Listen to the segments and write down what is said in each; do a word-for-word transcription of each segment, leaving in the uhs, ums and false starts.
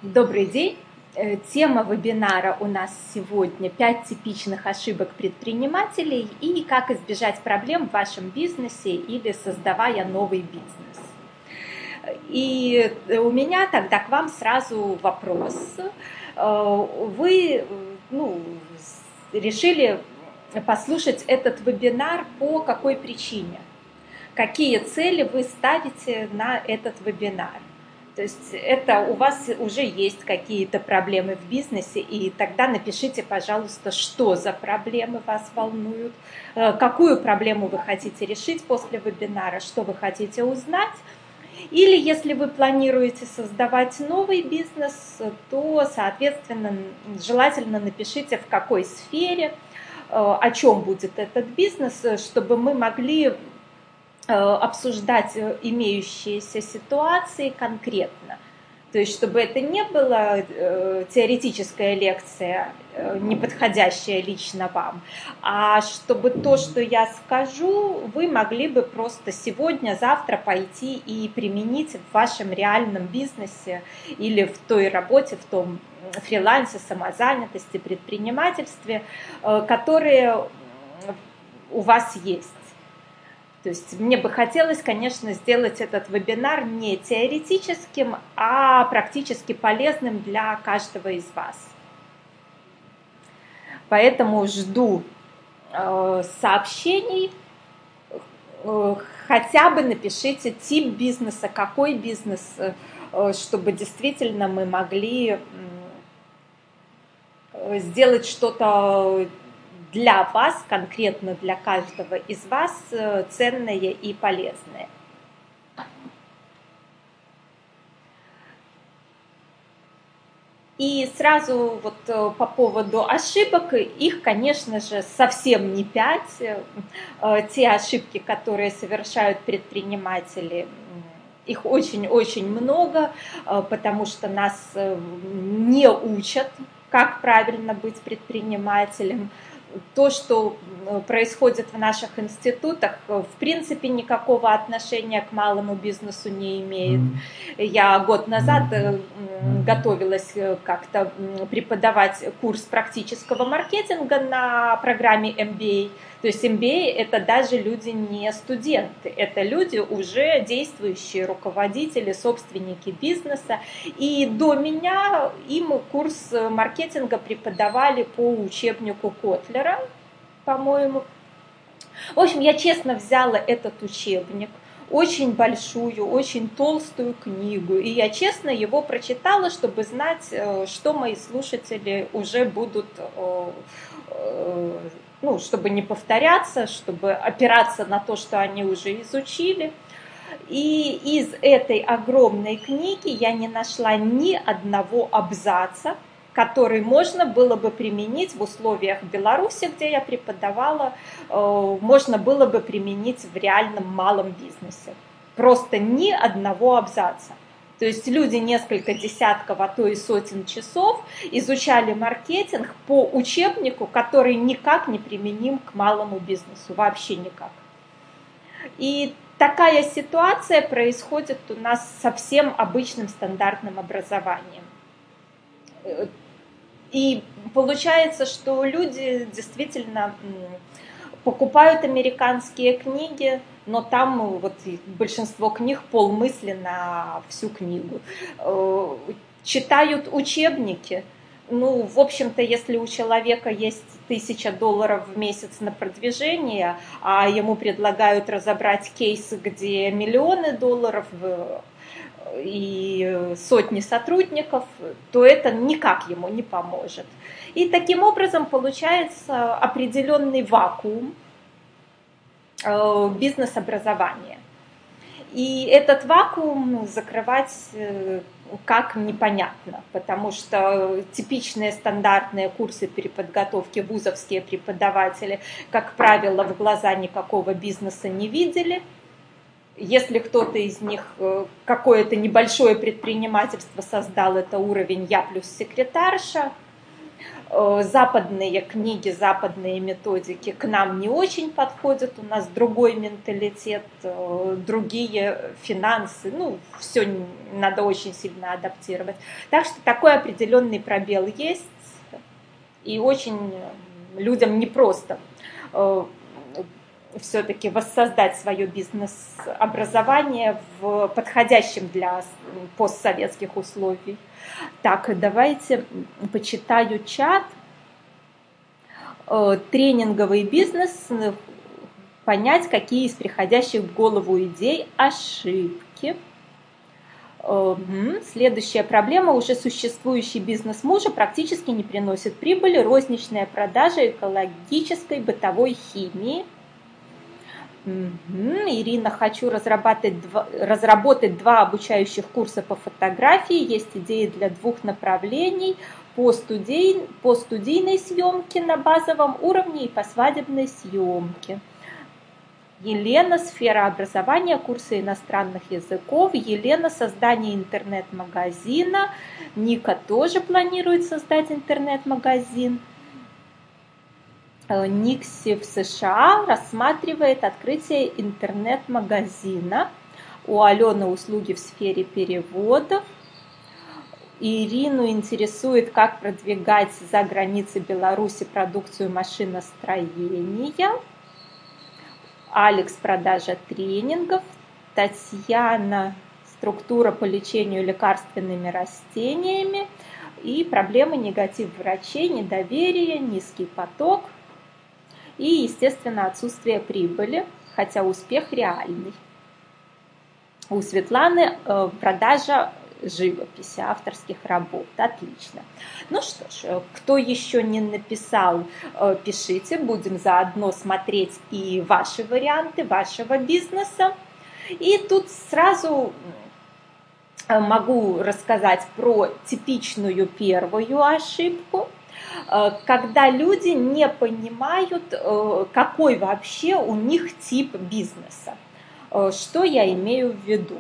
Добрый день. Э, Тема вебинара у нас сегодня «пять типичных ошибок предпринимателей и как избежать проблем в вашем бизнесе или создавая новый бизнес». И у меня тогда к вам сразу вопрос. Э, Вы ну, решили послушать этот вебинар по какой причине? Какие цели вы ставите на этот вебинар? То есть это у вас уже есть какие-то проблемы в бизнесе, и тогда напишите, пожалуйста, что за проблемы вас волнуют, какую проблему вы хотите решить после вебинара, что вы хотите узнать. Или если вы планируете создавать новый бизнес, то, соответственно, желательно напишите, в какой сфере, о чем будет этот бизнес, чтобы мы могли обсуждать имеющиеся ситуации конкретно. То есть, чтобы это не была э, теоретическая лекция, э, не подходящая лично вам, а чтобы то, что я скажу, вы могли бы просто сегодня, завтра пойти и применить в вашем реальном бизнесе или в той работе, в том фрилансе, самозанятости, предпринимательстве, э, которые у вас есть. То есть мне бы хотелось, конечно, сделать этот вебинар не теоретическим, а практически полезным для каждого из вас. Поэтому жду э, сообщений. Э, хотя бы напишите тип бизнеса, какой бизнес, э, чтобы действительно мы могли э, сделать что-то для вас, конкретно для каждого из вас, ценное и полезное. И сразу вот по поводу ошибок, их, конечно же, совсем не пять. Те ошибки, которые совершают предприниматели, их очень-очень много, потому что нас не учат, как правильно быть предпринимателем. То, что происходит в наших институтах, в принципе, никакого отношения к малому бизнесу не имеет. Я год назад готовилась как-то преподавать курс практического маркетинга на программе эм би эй. То есть эм би эй – это даже люди не студенты, это люди уже действующие руководители, собственники бизнеса. И до меня им курс маркетинга преподавали по учебнику Котлера, по-моему. В общем, я честно взяла этот учебник, очень большую, очень толстую книгу, и я честно его прочитала, чтобы знать, что мои слушатели уже будут, ну, чтобы не повторяться, чтобы опираться на то, что они уже изучили. И из этой огромной книги я не нашла ни одного абзаца, который можно было бы применить в условиях Беларуси, где я преподавала, можно было бы применить в реальном малом бизнесе. Просто ни одного абзаца. То есть люди несколько десятков, а то и сотен часов изучали маркетинг по учебнику, который никак не применим к малому бизнесу, вообще никак. И такая ситуация происходит у нас со всем обычным стандартным образованием. И получается, что люди действительно покупают американские книги, но там вот большинство книг полмысли на всю книгу. Читают учебники. Ну, в общем-то, если у человека есть тысяча долларов в месяц на продвижение, а ему предлагают разобрать кейсы, где миллионы долларов и сотни сотрудников, то это никак ему не поможет. И таким образом получается определенный вакуум бизнес-образования. И этот вакуум закрывать как непонятно, потому что типичные стандартные курсы переподготовки вузовские преподаватели, как правило, в глаза никакого бизнеса не видели. Если кто-то из них какое-то небольшое предпринимательство создал, это уровень «я плюс секретарша». Западные книги, западные методики к нам не очень подходят, у нас другой менталитет, другие финансы, ну, все надо очень сильно адаптировать. Так что такой определенный пробел есть, и очень людям непросто все-таки воссоздать свое бизнес-образование в подходящем для постсоветских условий. Так, давайте почитаю чат. Тренинговый бизнес. Понять, какие из приходящих в голову идей ошибки. Следующая проблема. Уже существующий бизнес мужа практически не приносит прибыли. Розничная продажа экологической бытовой химии. Угу. Ирина, хочу разработать два, разработать два обучающих курса по фотографии. Есть идеи для двух направлений: по, студий, по студийной съемке на базовом уровне и по свадебной съемке. Елена, сфера образования, курсы иностранных языков. Елена, создание интернет-магазина. Ника тоже планирует создать интернет-магазин. Никси в США рассматривает открытие интернет-магазина. У Алены услуги в сфере переводов. Ирину интересует, как продвигать за границей Беларуси продукцию машиностроения. Алекс, продажа тренингов. Татьяна, структура по лечению лекарственными растениями. И проблемы, негатив врачей, недоверие, низкий поток. И, естественно, отсутствие прибыли, хотя успех реальный. У Светланы э, продажа живописи, авторских работ. Отлично. Ну что ж, кто еще не написал, э, пишите. Будем заодно смотреть и ваши варианты вашего бизнеса. И тут сразу могу рассказать про типичную первую ошибку, когда люди не понимают, какой вообще у них тип бизнеса. Что я имею в виду?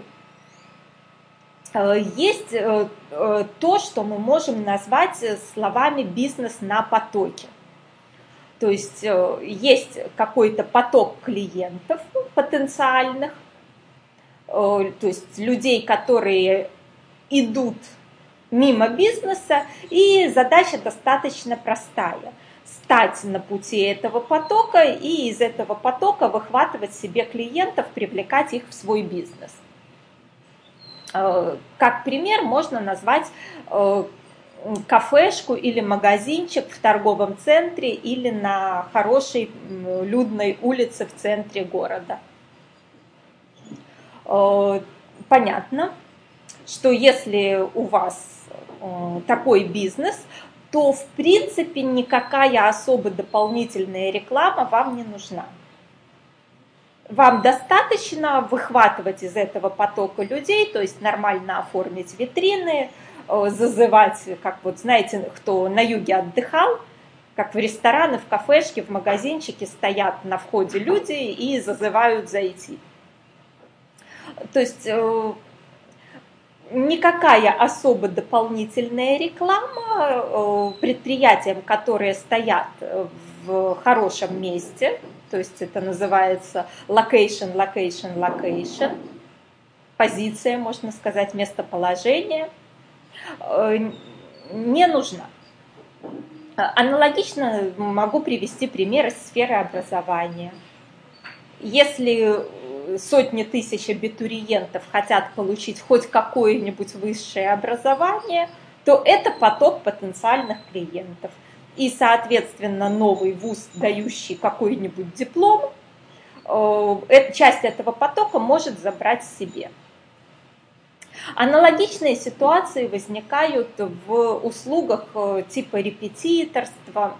Есть то, что мы можем назвать словами «бизнес на потоке». То есть есть какой-то поток клиентов потенциальных, то есть людей, которые идут мимо бизнеса, и задача достаточно простая: стать на пути этого потока и из этого потока выхватывать себе клиентов, привлекать их в свой бизнес. Как пример можно назвать кафешку или магазинчик в торговом центре или на хорошей людной улице в центре города. Понятно, что если у вас такой бизнес, то в принципе никакая особо дополнительная реклама вам не нужна. Вам достаточно выхватывать из этого потока людей, то есть нормально оформить витрины, зазывать, как вот знаете, кто на юге отдыхал, как в рестораны, в кафешке, в магазинчике стоят на входе люди и зазывают зайти. То есть никакая особо дополнительная реклама предприятиям, которые стоят в хорошем месте, то есть это называется location, location, location, позиция, можно сказать, местоположение, не нужна. Аналогично могу привести пример из сферы образования. Если сотни тысяч абитуриентов хотят получить хоть какое-нибудь высшее образование, то это поток потенциальных клиентов. И, соответственно, новый вуз, дающий какой-нибудь диплом, часть этого потока может забрать себе. Аналогичные ситуации возникают в услугах типа репетиторства,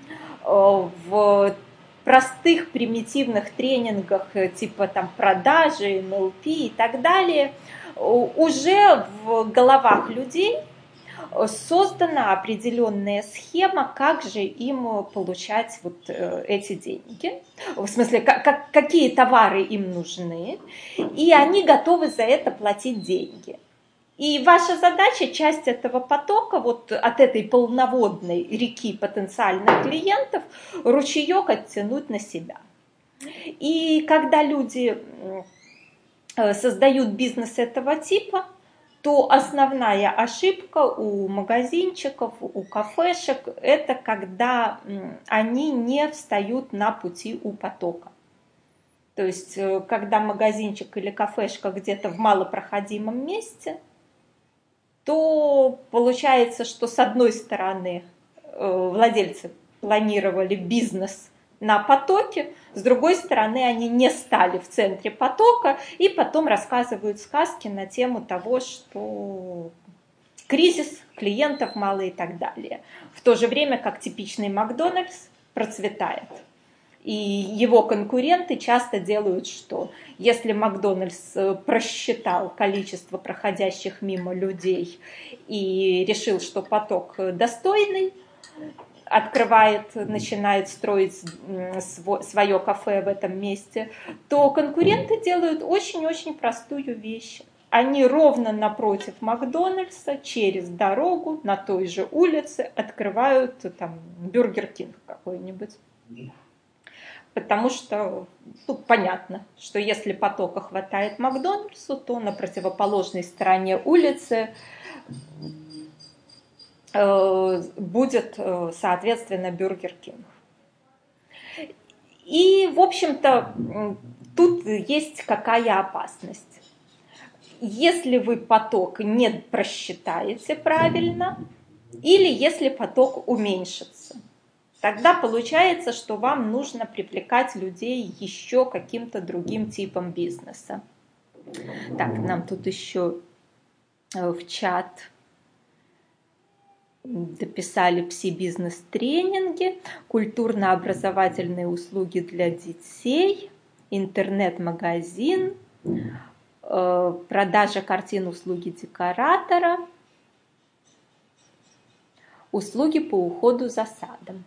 в простых примитивных тренингах типа там продажи, эн эл пи и так далее. Уже в головах людей создана определенная схема, как же им получать вот эти деньги, в смысле, как, какие товары им нужны, и они готовы за это платить деньги. И ваша задача часть этого потока, вот от этой полноводной реки потенциальных клиентов, ручеек оттянуть на себя. И когда люди создают бизнес этого типа, то основная ошибка у магазинчиков, у кафешек, это когда они не встают на пути у потока. То есть, когда магазинчик или кафешка где-то в малопроходимом месте, то получается, что с одной стороны владельцы планировали бизнес на потоке, с другой стороны они не стали в центре потока и потом рассказывают сказки на тему того, что кризис, клиентов мало и так далее. В то же время как типичный Макдональдс процветает. И его конкуренты часто делают что? Если Макдональдс просчитал количество проходящих мимо людей и решил, что поток достойный, открывает, начинает строить свое кафе в этом месте, то конкуренты делают очень-очень простую вещь. Они ровно напротив Макдональдса, через дорогу, на той же улице открывают там Бургер Кинг какой-нибудь. Потому что ну, понятно, что если потока хватает Макдональдсу, то на противоположной стороне улицы э, будет, э, соответственно, Бургер Кинг. И, в общем-то, тут есть какая опасность. Если вы поток не просчитаете правильно, или если поток уменьшится, тогда получается, что вам нужно привлекать людей еще каким-то другим типом бизнеса. Так, нам тут еще в чат дописали пси-бизнес-тренинги, культурно-образовательные услуги для детей, интернет-магазин, продажа картин, услуги декоратора, услуги по уходу за садом.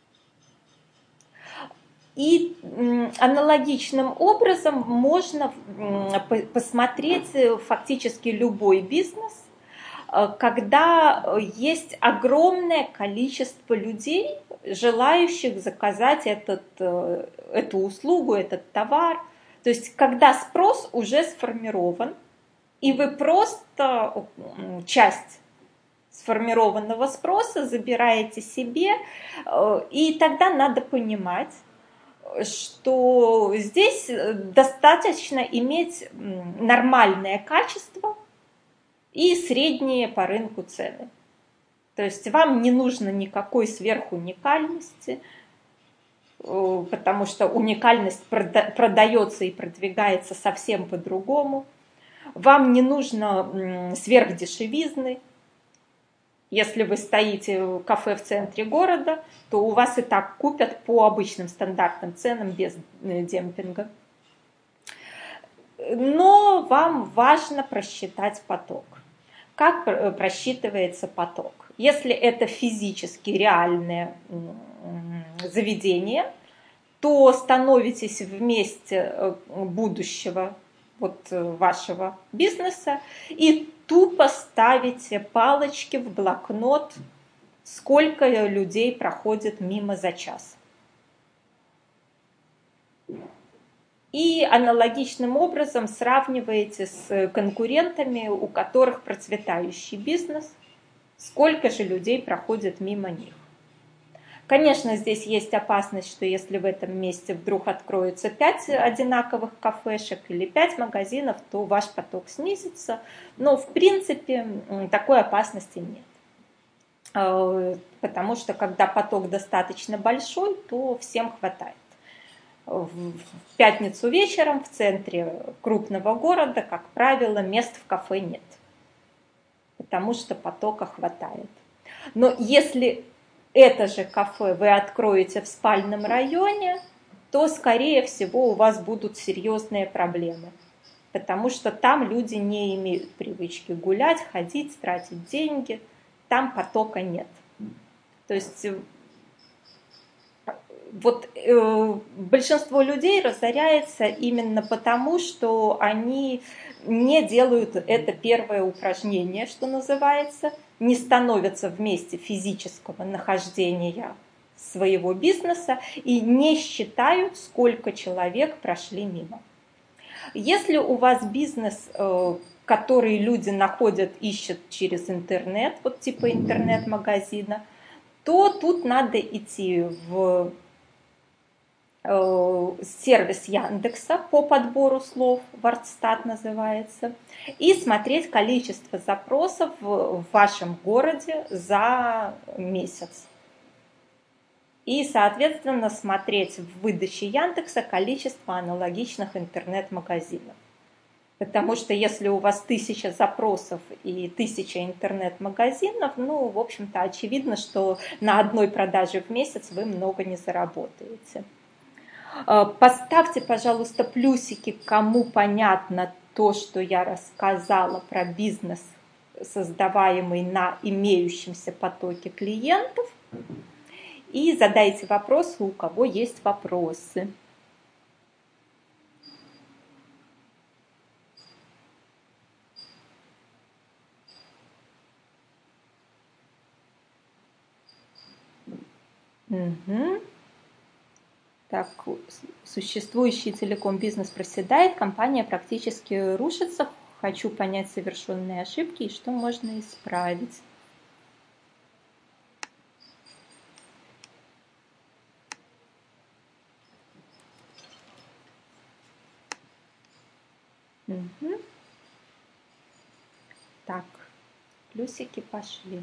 И аналогичным образом можно посмотреть фактически любой бизнес, когда есть огромное количество людей, желающих заказать этот, эту услугу, этот товар. То есть когда спрос уже сформирован, и вы просто часть сформированного спроса забираете себе, и тогда надо понимать, что здесь достаточно иметь нормальное качество и средние по рынку цены. То есть вам не нужно никакой сверхуникальности, потому что уникальность продается и продвигается совсем по-другому. Вам не нужно сверхдешевизны. Если вы стоите в кафе в центре города, то у вас и так купят по обычным стандартным ценам без демпинга. Но вам важно просчитать поток. Как просчитывается поток? Если это физически реальное заведение, то становитесь в месте будущего вот вашего бизнеса и тупо ставите палочки в блокнот, сколько людей проходит мимо за час. И аналогичным образом сравниваете с конкурентами, у которых процветающий бизнес, сколько же людей проходит мимо них. Конечно, здесь есть опасность, что если в этом месте вдруг откроется пять одинаковых кафешек или пять магазинов, то ваш поток снизится. Но в принципе такой опасности нет. Потому что когда поток достаточно большой, то всем хватает. В пятницу вечером в центре крупного города, как правило, мест в кафе нет. Потому что потока хватает. Но если это же кафе вы откроете в спальном районе, то, скорее всего, у вас будут серьезные проблемы. Потому что там люди не имеют привычки гулять, ходить, тратить деньги. Там потока нет. То есть вот э, большинство людей разоряется именно потому, что они не делают это первое упражнение, что называется, не становятся в месте физического нахождения своего бизнеса и не считают, сколько человек прошли мимо. Если у вас бизнес, который люди находят, ищут через интернет, вот типа интернет-магазина, то тут надо идти в сервис Яндекса по подбору слов, WordStat называется, и смотреть количество запросов в вашем городе за месяц. И, соответственно, смотреть в выдаче Яндекса количество аналогичных интернет-магазинов. Потому что если у вас тысяча запросов и тысяча интернет-магазинов, ну, в общем-то, очевидно, что на одной продаже в месяц вы много не заработаете. Поставьте, пожалуйста, плюсики, кому понятно то, что я рассказала про бизнес, создаваемый на имеющемся потоке клиентов. И задайте вопросы, у кого есть вопросы. Угу. Так, существующий телеком бизнес проседает, компания практически рушится. Хочу понять совершенные ошибки и что можно исправить. Угу. Так, плюсики пошли.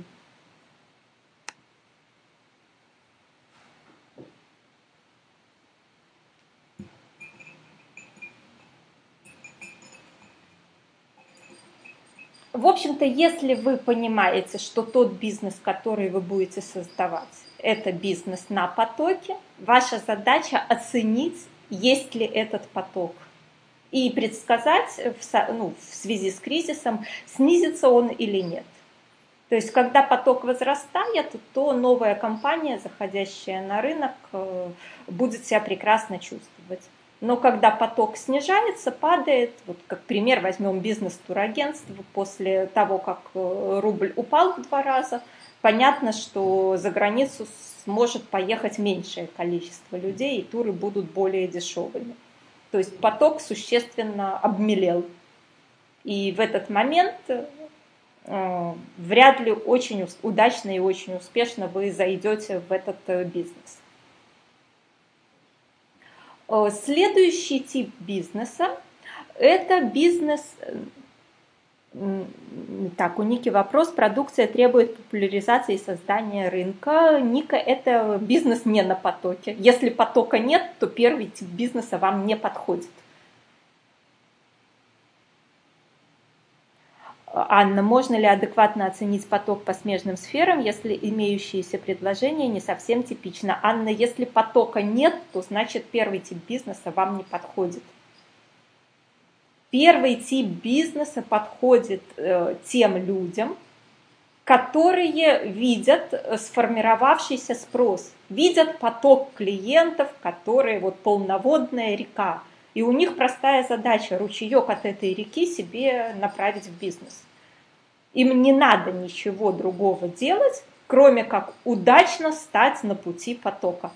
В общем-то, если вы понимаете, что тот бизнес, который вы будете создавать, это бизнес на потоке, ваша задача оценить, есть ли этот поток. И предсказать в, ну, в связи с кризисом, снизится он или нет. То есть, когда поток возрастает, то новая компания, заходящая на рынок, будет себя прекрасно чувствовать. Но когда поток снижается, падает, вот как пример возьмем бизнес-турагентство, после того, как рубль упал в два раза, понятно, что за границу сможет поехать меньшее количество людей, и туры будут более дешевыми. То есть поток существенно обмелел. И в этот момент э, вряд ли очень удачно и очень успешно вы зайдете в этот бизнес. Следующий тип бизнеса – это бизнес. Так, у Ники вопрос. Продукция требует популяризации и создания рынка. Ника, это бизнес не на потоке. Если потока нет, то первый тип бизнеса вам не подходит. Анна, можно ли адекватно оценить поток по смежным сферам, если имеющиеся предложения не совсем типично? Анна, если потока нет, то значит первый тип бизнеса вам не подходит. Первый тип бизнеса подходит э, тем людям, которые видят сформировавшийся спрос, видят поток клиентов, которые вот полноводная река. И у них простая задача – ручеек от этой реки себе направить в бизнес. Им не надо ничего другого делать, кроме как удачно стать на пути потока.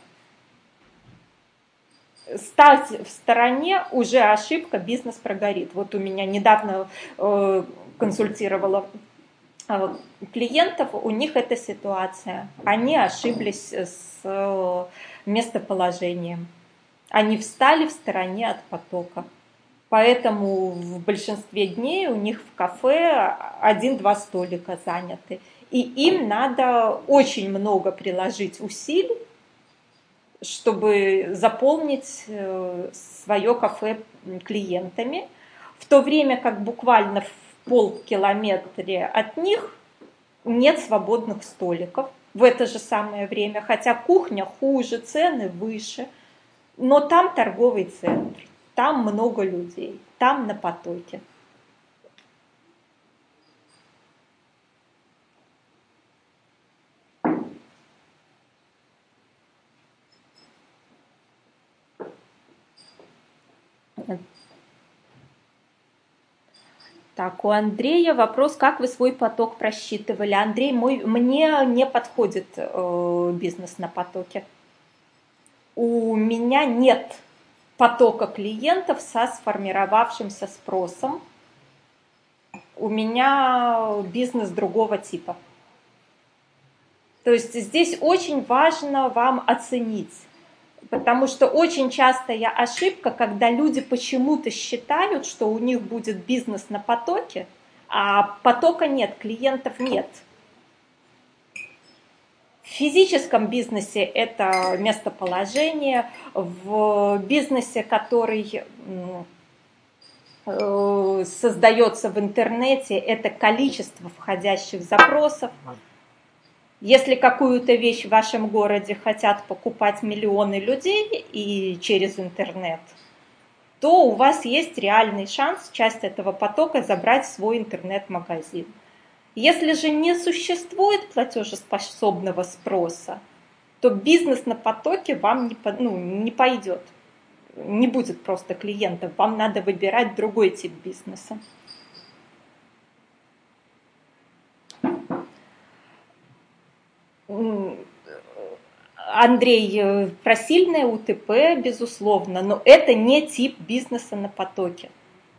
Стать в стороне – уже ошибка, бизнес прогорит. Вот у меня недавно э, консультировала э, клиентов, у них эта ситуация. Они ошиблись с э, местоположением. Они встали в стороне от потока. Поэтому в большинстве дней у них в кафе один-два столика заняты. И им надо очень много приложить усилий, чтобы заполнить свое кафе клиентами, в то время как буквально в полкилометре от них нет свободных столиков в это же самое время, хотя кухня хуже, цены выше, но там торговый центр. Там много людей, там на потоке. Так, у Андрея вопрос, как вы свой поток просчитывали? Андрей, мой, мне не подходит э, бизнес на потоке. У меня нет потока клиентов со сформировавшимся спросом. У меня бизнес другого типа. То есть здесь очень важно вам оценить, потому что очень частая ошибка, когда люди почему-то считают, что у них будет бизнес на потоке, а потока нет, клиентов нет. В физическом бизнесе это местоположение, в бизнесе, который создается в интернете, это количество входящих запросов. Если какую-то вещь в вашем городе хотят покупать миллионы людей и через интернет, то у вас есть реальный шанс часть этого потока забрать в свой интернет-магазин. Если же не существует платежеспособного спроса, то бизнес на потоке вам не, ну, не пойдет. Не будет просто клиентов, вам надо выбирать другой тип бизнеса. Андрей, про сильное УТП, безусловно, но это не тип бизнеса на потоке.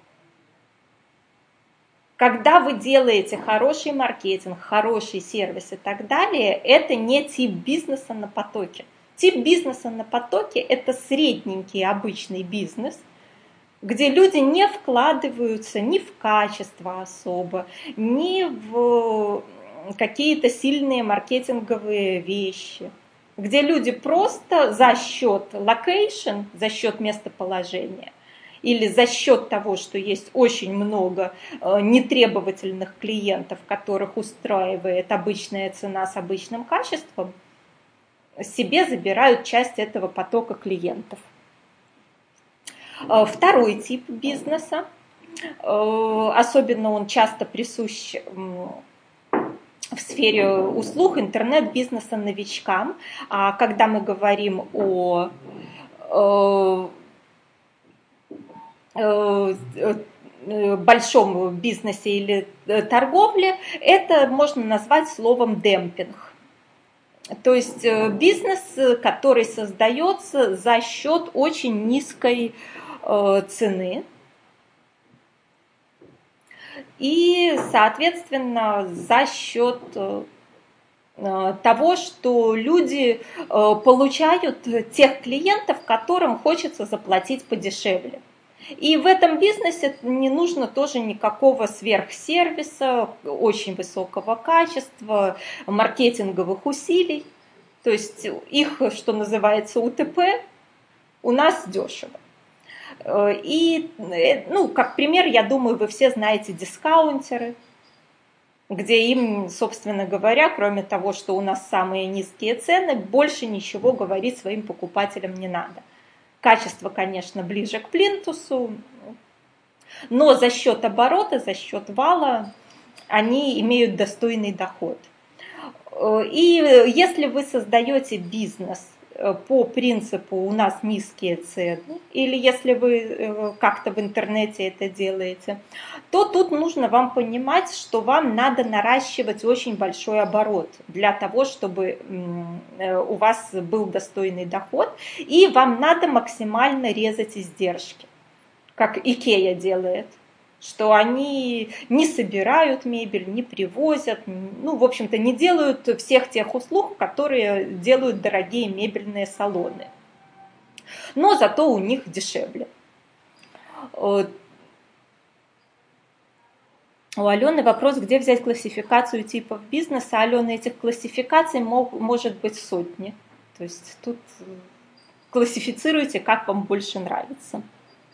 Когда вы делаете хороший маркетинг, хороший сервис и так далее, это не тип бизнеса на потоке. Тип бизнеса на потоке – это средненький обычный бизнес, где люди не вкладываются ни в качество особо, ни в какие-то сильные маркетинговые вещи, где люди просто за счет локейшн, за счет местоположения или за счет того, что есть очень много нетребовательных клиентов, которых устраивает обычная цена с обычным качеством, себе забирают часть этого потока клиентов. Второй тип бизнеса, особенно он часто присущ в сфере услуг, интернет-бизнеса новичкам. А когда мы говорим о большом бизнесе или торговле, это можно назвать словом демпинг. То есть бизнес, который создается за счет очень низкой цены. И, соответственно, за счет того, что люди получают тех клиентов, которым хочется заплатить подешевле. И в этом бизнесе не нужно тоже никакого сверхсервиса, очень высокого качества, маркетинговых усилий. То есть их, что называется, УТП у нас дешево. И, ну, как пример, я думаю, вы все знаете дискаунтеры, где им, собственно говоря, кроме того, что у нас самые низкие цены, больше ничего говорить своим покупателям не надо. Качество, конечно, ближе к плинтусу, но за счет оборота, за счет вала они имеют достойный доход. И если вы создаете бизнес по принципу «у нас низкие цены», или если вы как-то в интернете это делаете, то тут нужно вам понимать, что вам надо наращивать очень большой оборот для того, чтобы у вас был достойный доход, и вам надо максимально резать издержки, как IKEA делает, что они не собирают мебель, не привозят, ну, в общем-то, не делают всех тех услуг, которые делают дорогие мебельные салоны. Но зато у них дешевле. У Алены вопрос, где взять классификацию типов бизнеса. Алена, этих классификаций мог, может быть сотни. То есть тут классифицируйте, как вам больше нравится.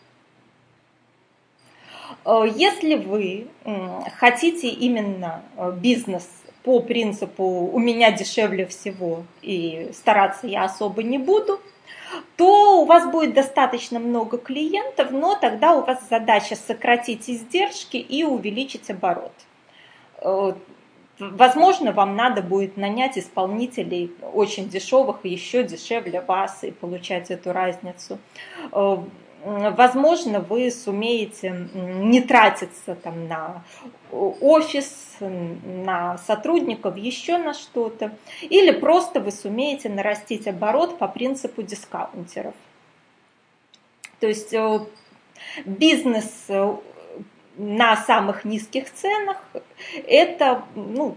Если вы хотите именно бизнес по принципу «у меня дешевле всего и стараться я особо не буду», то у вас будет достаточно много клиентов, но тогда у вас задача сократить издержки и увеличить оборот. Возможно, вам надо будет нанять исполнителей очень дешевых и еще дешевле вас и получать эту разницу. возможно, вы сумеете не тратиться там на офис, на сотрудников, еще на что-то. Или просто вы сумеете нарастить оборот по принципу дискаунтеров. То есть бизнес на самых низких ценах – это ну,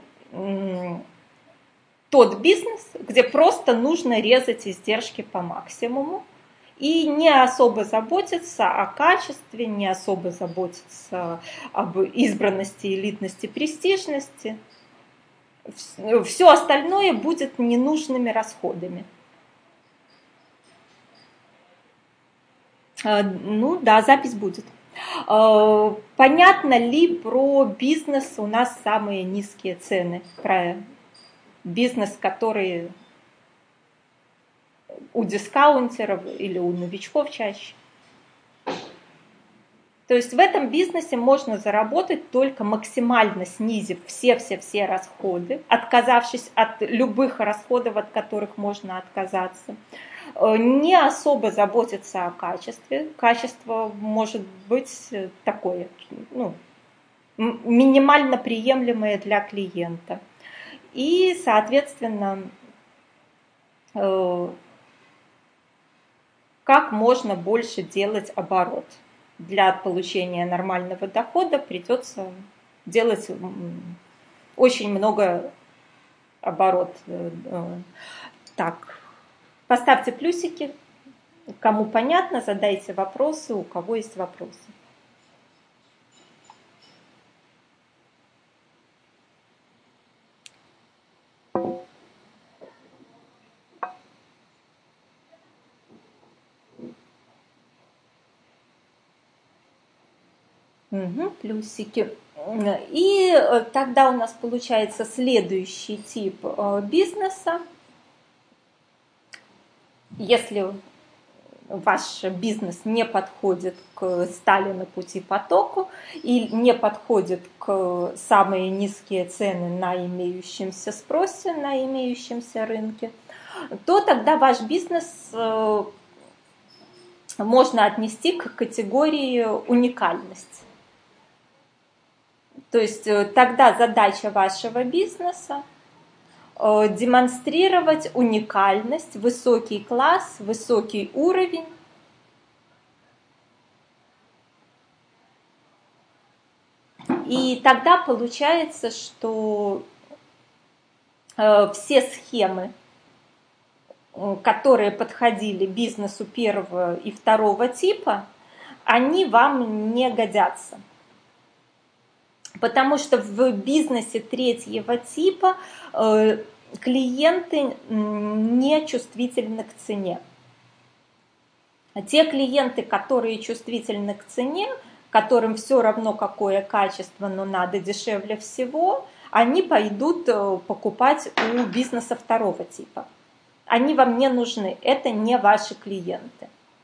тот бизнес, где просто нужно резать издержки по максимуму и не особо заботиться о качестве, не особо заботиться об избранности, элитности, престижности. Все остальное будет ненужными расходами. Ну да, запись будет. Понятно ли про бизнес у нас самые низкие цены? Про бизнес, который у дискаунтеров или у новичков чаще. То есть в этом бизнесе можно заработать только максимально снизив все-все-все расходы, отказавшись от любых расходов, от которых можно отказаться. Не особо заботиться о качестве. Качество может быть такое, ну, минимально приемлемое для клиента. И, соответственно, как можно больше делать оборот. Для получения нормального дохода придется делать очень много оборот. Так, поставьте плюсики, кому понятно, задайте вопросы, у кого есть вопросы. Угу, плюсики. И тогда у нас получается следующий тип бизнеса. Если ваш бизнес не подходит к стали на пути потоку и не подходит к самые низкие цены на имеющемся спросе, на имеющемся рынке, то тогда ваш бизнес можно отнести к категории уникальность. То есть тогда задача вашего бизнеса демонстрировать уникальность, высокий класс, высокий уровень. И тогда получается, что все схемы, которые подходили бизнесу первого и второго типа, они вам не годятся. Потому что в бизнесе третьего типа э, клиенты не чувствительны к цене. Те клиенты, которые чувствительны к цене, которым все равно какое качество, но надо дешевле всего, они пойдут покупать у бизнеса второго типа. Они вам не нужны, это не ваши клиенты.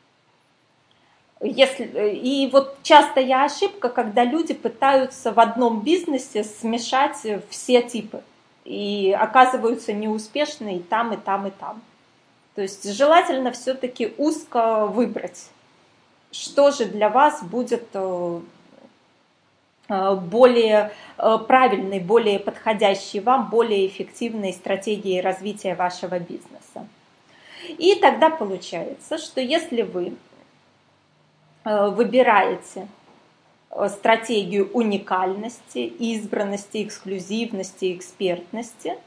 Если, и вот частая ошибка, когда люди пытаются в одном бизнесе смешать все типы и оказываются неуспешны и там, и там, и там. То есть желательно все-таки узко выбрать, что же для вас будет более правильной, более подходящей вам, более эффективной стратегией развития вашего бизнеса. И тогда получается, что если вы выбираете стратегию уникальности, избранности, эксклюзивности, экспертности,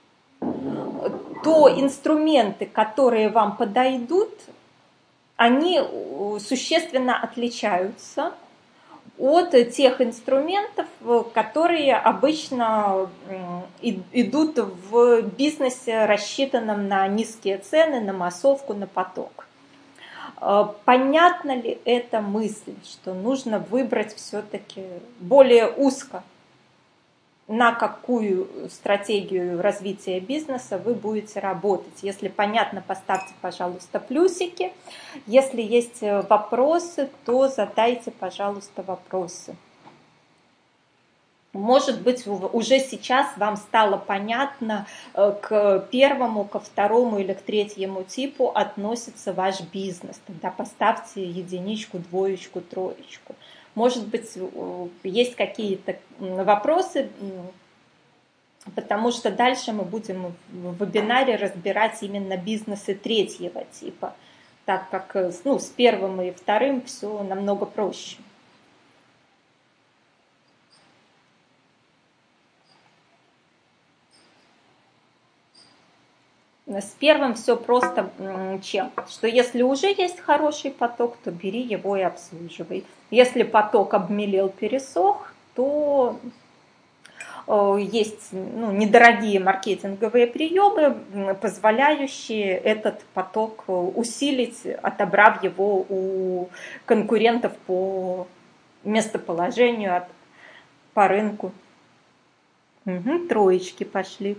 то инструменты, которые вам подойдут, они существенно отличаются от тех инструментов, которые обычно идут в бизнесе, рассчитанном на низкие цены, на массовку, на поток. Понятна ли эта мысль, что нужно выбрать все-таки более узко, на какую стратегию развития бизнеса вы будете работать? Если понятно, поставьте, пожалуйста, плюсики. Если есть вопросы, то задайте, пожалуйста, вопросы. Может быть, уже сейчас вам стало понятно, к первому, ко второму или к третьему типу относится ваш бизнес. Тогда поставьте единичку, двоечку, троечку. Может быть, есть какие-то вопросы, потому что дальше мы будем в вебинаре разбирать именно бизнесы третьего типа, так как ну, с первым и вторым все намного проще. С первым все просто чем? Что если уже есть хороший поток, то бери его и обслуживай. Если поток обмелел, пересох, то есть ну, недорогие маркетинговые приемы, позволяющие этот поток усилить, отобрав его у конкурентов по местоположению, по рынку. Угу, троечки пошли.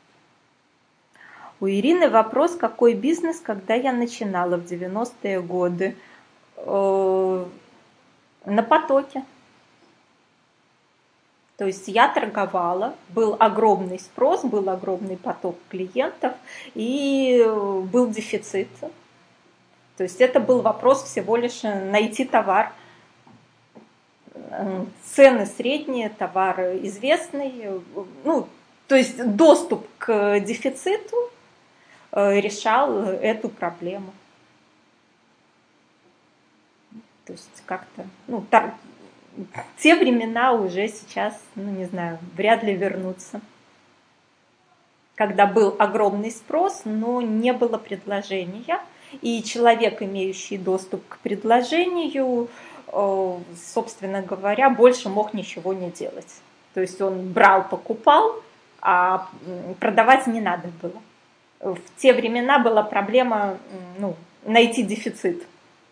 У Ирины вопрос, какой бизнес, когда я начинала в девяностые годы? На потоке. То есть я торговала, был огромный спрос, был огромный поток клиентов и был дефицит. То есть это был вопрос всего лишь найти товар. Цены средние, товар известный. Ну, то есть доступ к дефициту решал эту проблему. То есть как-то, ну, так, те времена уже сейчас, ну, не знаю, вряд ли вернутся. Когда был огромный спрос, но не было предложения, и человек, имеющий доступ к предложению, собственно говоря, больше мог ничего не делать. То есть он брал, покупал, а продавать не надо было. В те времена была проблема, ну, найти дефицит.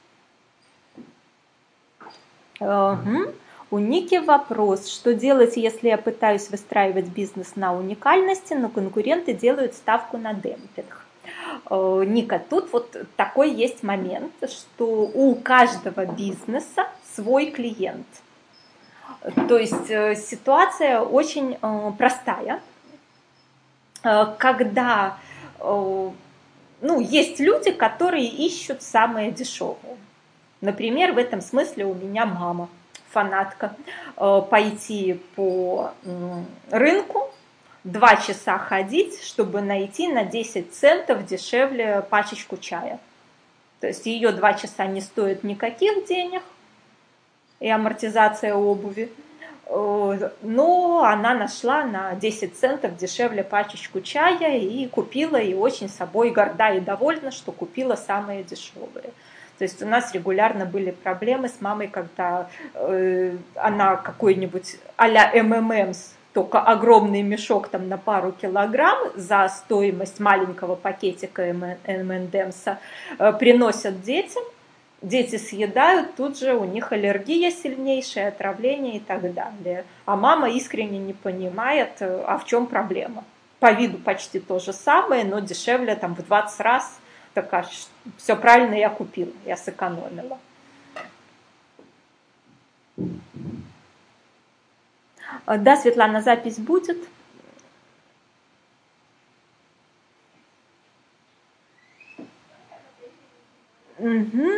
Угу. У Ники вопрос, что делать, если я пытаюсь выстраивать бизнес на уникальности, но конкуренты делают ставку на демпинг? Ника, тут вот такой есть момент, что у каждого бизнеса свой клиент. То есть ситуация очень простая, когда ну, есть люди, которые ищут самое дешевое. Например, в этом смысле у меня мама, фанатка, пойти по рынку, два часа ходить, чтобы найти на десять центов дешевле пачечку чая. То есть ее два часа не стоит никаких денег и амортизация обуви, но она нашла на десять центов дешевле пачечку чая и купила, и очень собой горда и довольна, что купила самые дешевые. То есть у нас регулярно были проблемы с мамой, когда э, она какой-нибудь а-ля эм эм эмс, только огромный мешок там на пару килограмм за стоимость маленького пакетика эм энд эмса э, приносят детям, дети съедают, тут же у них аллергия сильнейшая, отравление и так далее. А мама искренне не понимает, а в чем проблема. По виду почти то же самое, но дешевле там в двадцать раз. Так, все правильно я купила, я сэкономила. Да, Светлана, запись будет. Угу.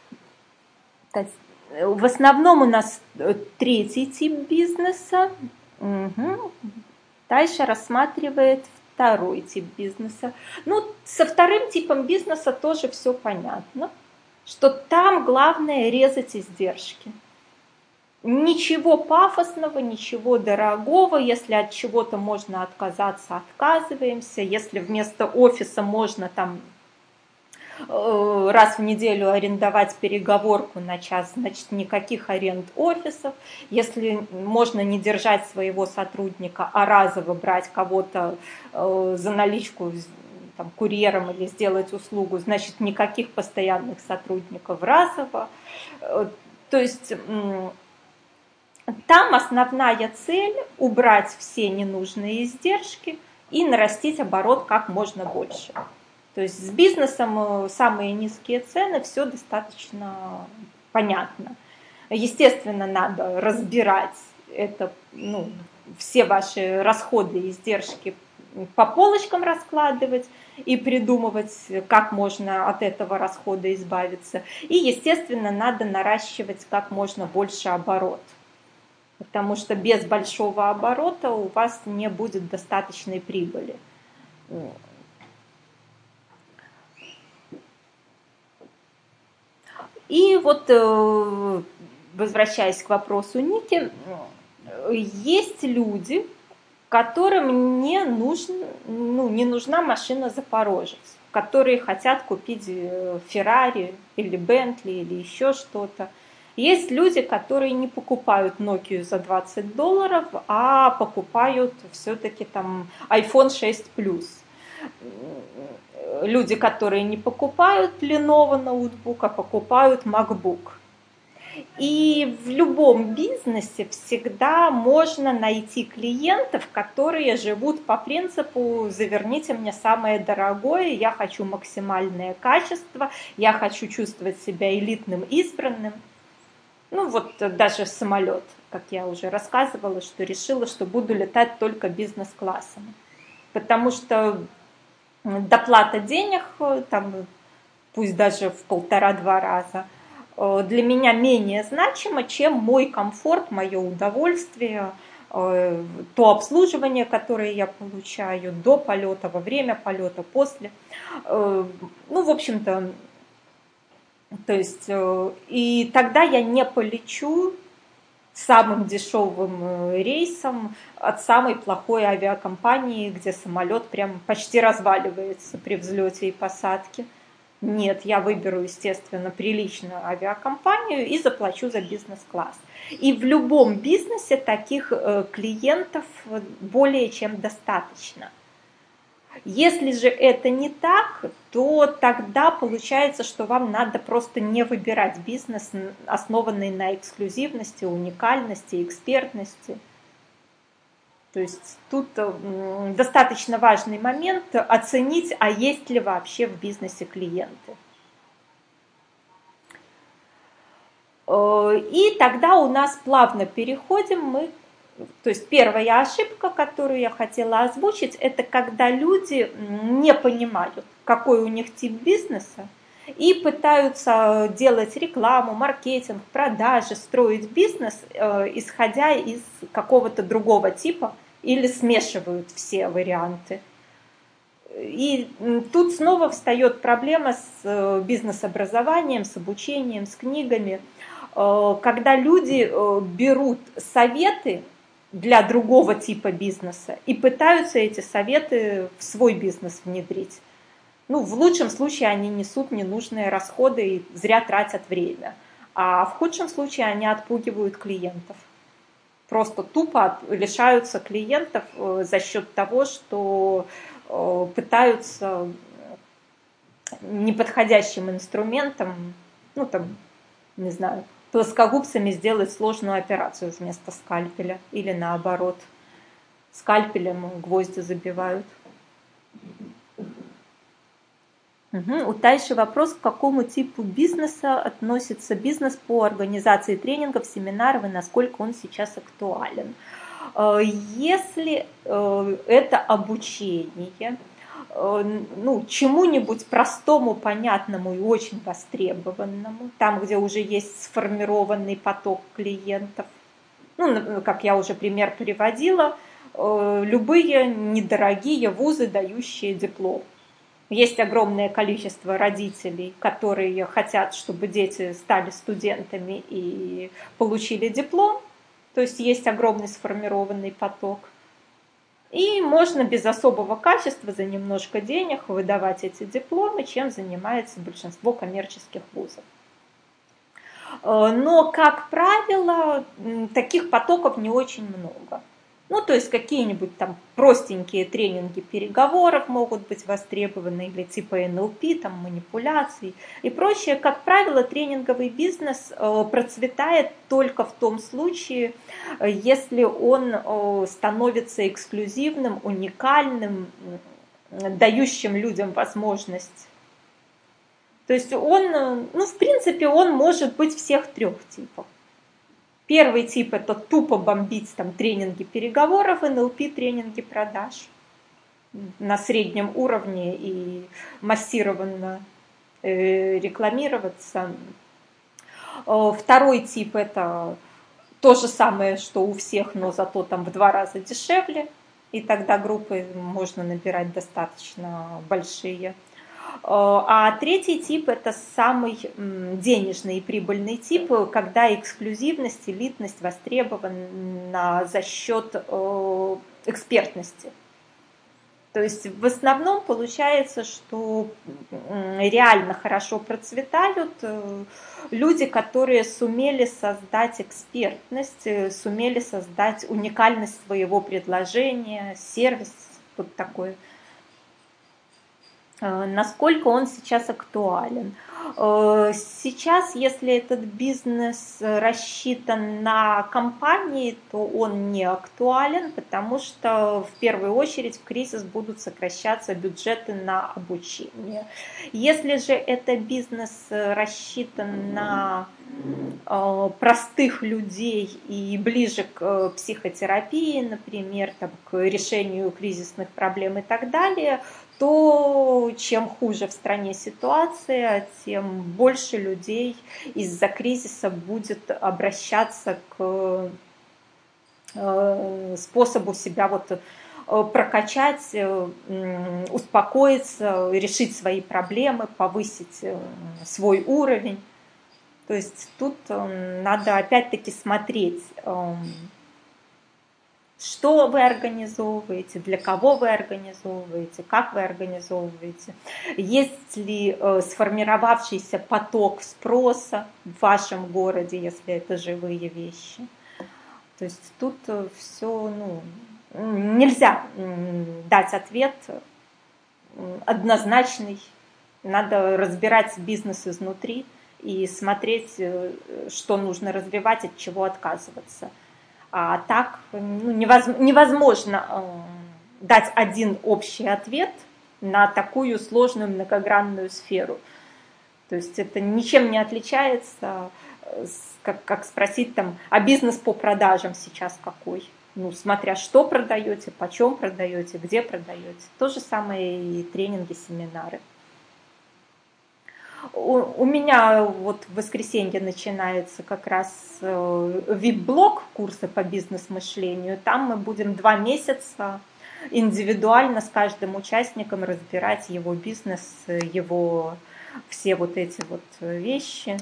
В основном у нас третий тип бизнеса. Угу. Дальше рассматривает второй тип бизнеса. Ну, со вторым типом бизнеса тоже все понятно, что там главное резать издержки. Ничего пафосного, ничего дорогого. Если от чего-то можно отказаться, отказываемся. Если вместо офиса можно там раз в неделю арендовать переговорку на час, значит, никаких аренд офисов. Если можно не держать своего сотрудника, а разово брать кого-то за наличку там, курьером или сделать услугу, значит, никаких постоянных сотрудников разово. То есть там основная цель – убрать все ненужные издержки и нарастить оборот как можно больше. То есть с бизнесом самые низкие цены, все достаточно понятно. Естественно, надо разбирать это, ну, все ваши расходы и издержки по полочкам раскладывать и придумывать, как можно от этого расхода избавиться. И, естественно, надо наращивать как можно больше оборот, потому что без большого оборота у вас не будет достаточной прибыли. И вот, возвращаясь к вопросу Ники, есть люди, которым не, нужен, ну, не нужна машина Запорожец, которые хотят купить Феррари или Бентли или еще что-то. Есть люди, которые не покупают Nokia за двадцать долларов, а покупают все-таки там айфон шесть плюс. Люди, которые не покупают Lenovo ноутбук, а покупают MacBook. И в любом бизнесе всегда можно найти клиентов, которые живут по принципу «заверните мне самое дорогое, я хочу максимальное качество, я хочу чувствовать себя элитным избранным». Ну вот даже самолет, как я уже рассказывала, что решила, что буду летать только бизнес-классом. Потому что доплата денег, там, пусть даже в полтора-два раза, для меня менее значимо, чем мой комфорт, мое удовольствие, то обслуживание, которое я получаю до полета, во время полета, после. Ну, в общем-то, то есть, и тогда я не полечу самым дешевым рейсом от самой плохой авиакомпании, где самолет прям почти разваливается при взлете и посадке. Нет, я выберу, естественно, приличную авиакомпанию и заплачу за бизнес-класс. И в любом бизнесе таких клиентов более чем достаточно. Если же это не так, то тогда получается, что вам надо просто не выбирать бизнес, основанный на эксклюзивности, уникальности, экспертности. То есть тут достаточно важный момент оценить, а есть ли вообще в бизнесе клиенты. И тогда у нас плавно переходим мы. То есть первая ошибка, которую я хотела озвучить, это когда люди не понимают, какой у них тип бизнеса, и пытаются делать рекламу, маркетинг, продажи, строить бизнес, исходя из какого-то другого типа, или смешивают все варианты. И тут снова встает проблема с бизнес-образованием, с обучением, с книгами, когда люди берут советы для другого типа бизнеса и пытаются эти советы в свой бизнес внедрить. Ну, в лучшем случае они несут ненужные расходы и зря тратят время, а в худшем случае они отпугивают клиентов. Просто тупо лишаются клиентов за счет того, что пытаются неподходящим инструментом, ну там, не знаю, плоскогубцами сделать сложную операцию вместо скальпеля или наоборот, скальпелем гвозди забивают. Угу. У Тайши вопрос, к какому типу бизнеса относится бизнес по организации тренингов, семинаров и насколько он сейчас актуален. Если это обучение, ну, чему-нибудь простому, понятному и очень востребованному, там, где уже есть сформированный поток клиентов, ну, как я уже пример приводила, любые недорогие вузы, дающие диплом. Есть огромное количество родителей, которые хотят, чтобы дети стали студентами и получили диплом, то есть есть огромный сформированный поток. И можно без особого качества за немножко денег выдавать эти дипломы, чем занимается большинство коммерческих вузов. Но, как правило, таких потоков не очень много. Ну, то есть какие-нибудь там простенькие тренинги переговоров могут быть востребованы, или типа эн эл пи, там манипуляций и прочее. Как правило, тренинговый бизнес процветает только в том случае, если он становится эксклюзивным, уникальным, дающим людям возможность. То есть он, ну, в принципе, он может быть всех трех типов. Первый тип – это тупо бомбить там тренинги переговоров, эн эл пи тренинги продаж на среднем уровне и массированно э, рекламироваться. Второй тип – это то же самое, что у всех, но зато там в два раза дешевле, и тогда группы можно набирать достаточно большие. А третий тип – это самый денежный и прибыльный тип, когда эксклюзивность, элитность востребована за счет экспертности. То есть в основном получается, что реально хорошо процветают люди, которые сумели создать экспертность, сумели создать уникальность своего предложения, сервис вот такой. Насколько он сейчас актуален? Сейчас, если этот бизнес рассчитан на компании, то он не актуален, потому что в первую очередь в кризис будут сокращаться бюджеты на обучение. Если же это бизнес рассчитан на простых людей и ближе к психотерапии, например, там, к решению кризисных проблем и так далее, то чем хуже в стране ситуация, тем больше людей из-за кризиса будет обращаться к способу себя вот прокачать, успокоиться, решить свои проблемы, повысить свой уровень. То есть тут надо опять-таки смотреть, что вы организовываете, для кого вы организовываете, как вы организовываете, есть ли сформировавшийся поток спроса в вашем городе, если это живые вещи. То есть тут все, ну, нельзя дать ответ однозначный, надо разбирать бизнес изнутри и смотреть, что нужно развивать, от чего отказываться. А так ну, невозможно э, дать один общий ответ на такую сложную многогранную сферу. То есть это ничем не отличается, как, как спросить там, а бизнес по продажам сейчас какой? Ну, смотря что продаете, почем продаете, где продаете. То же самое и тренинги, семинары. У, у меня вот в воскресенье начинается как раз ви ай пи-блог курса по бизнес-мышлению. Там мы будем два месяца индивидуально с каждым участником разбирать его бизнес, его все вот эти вот вещи.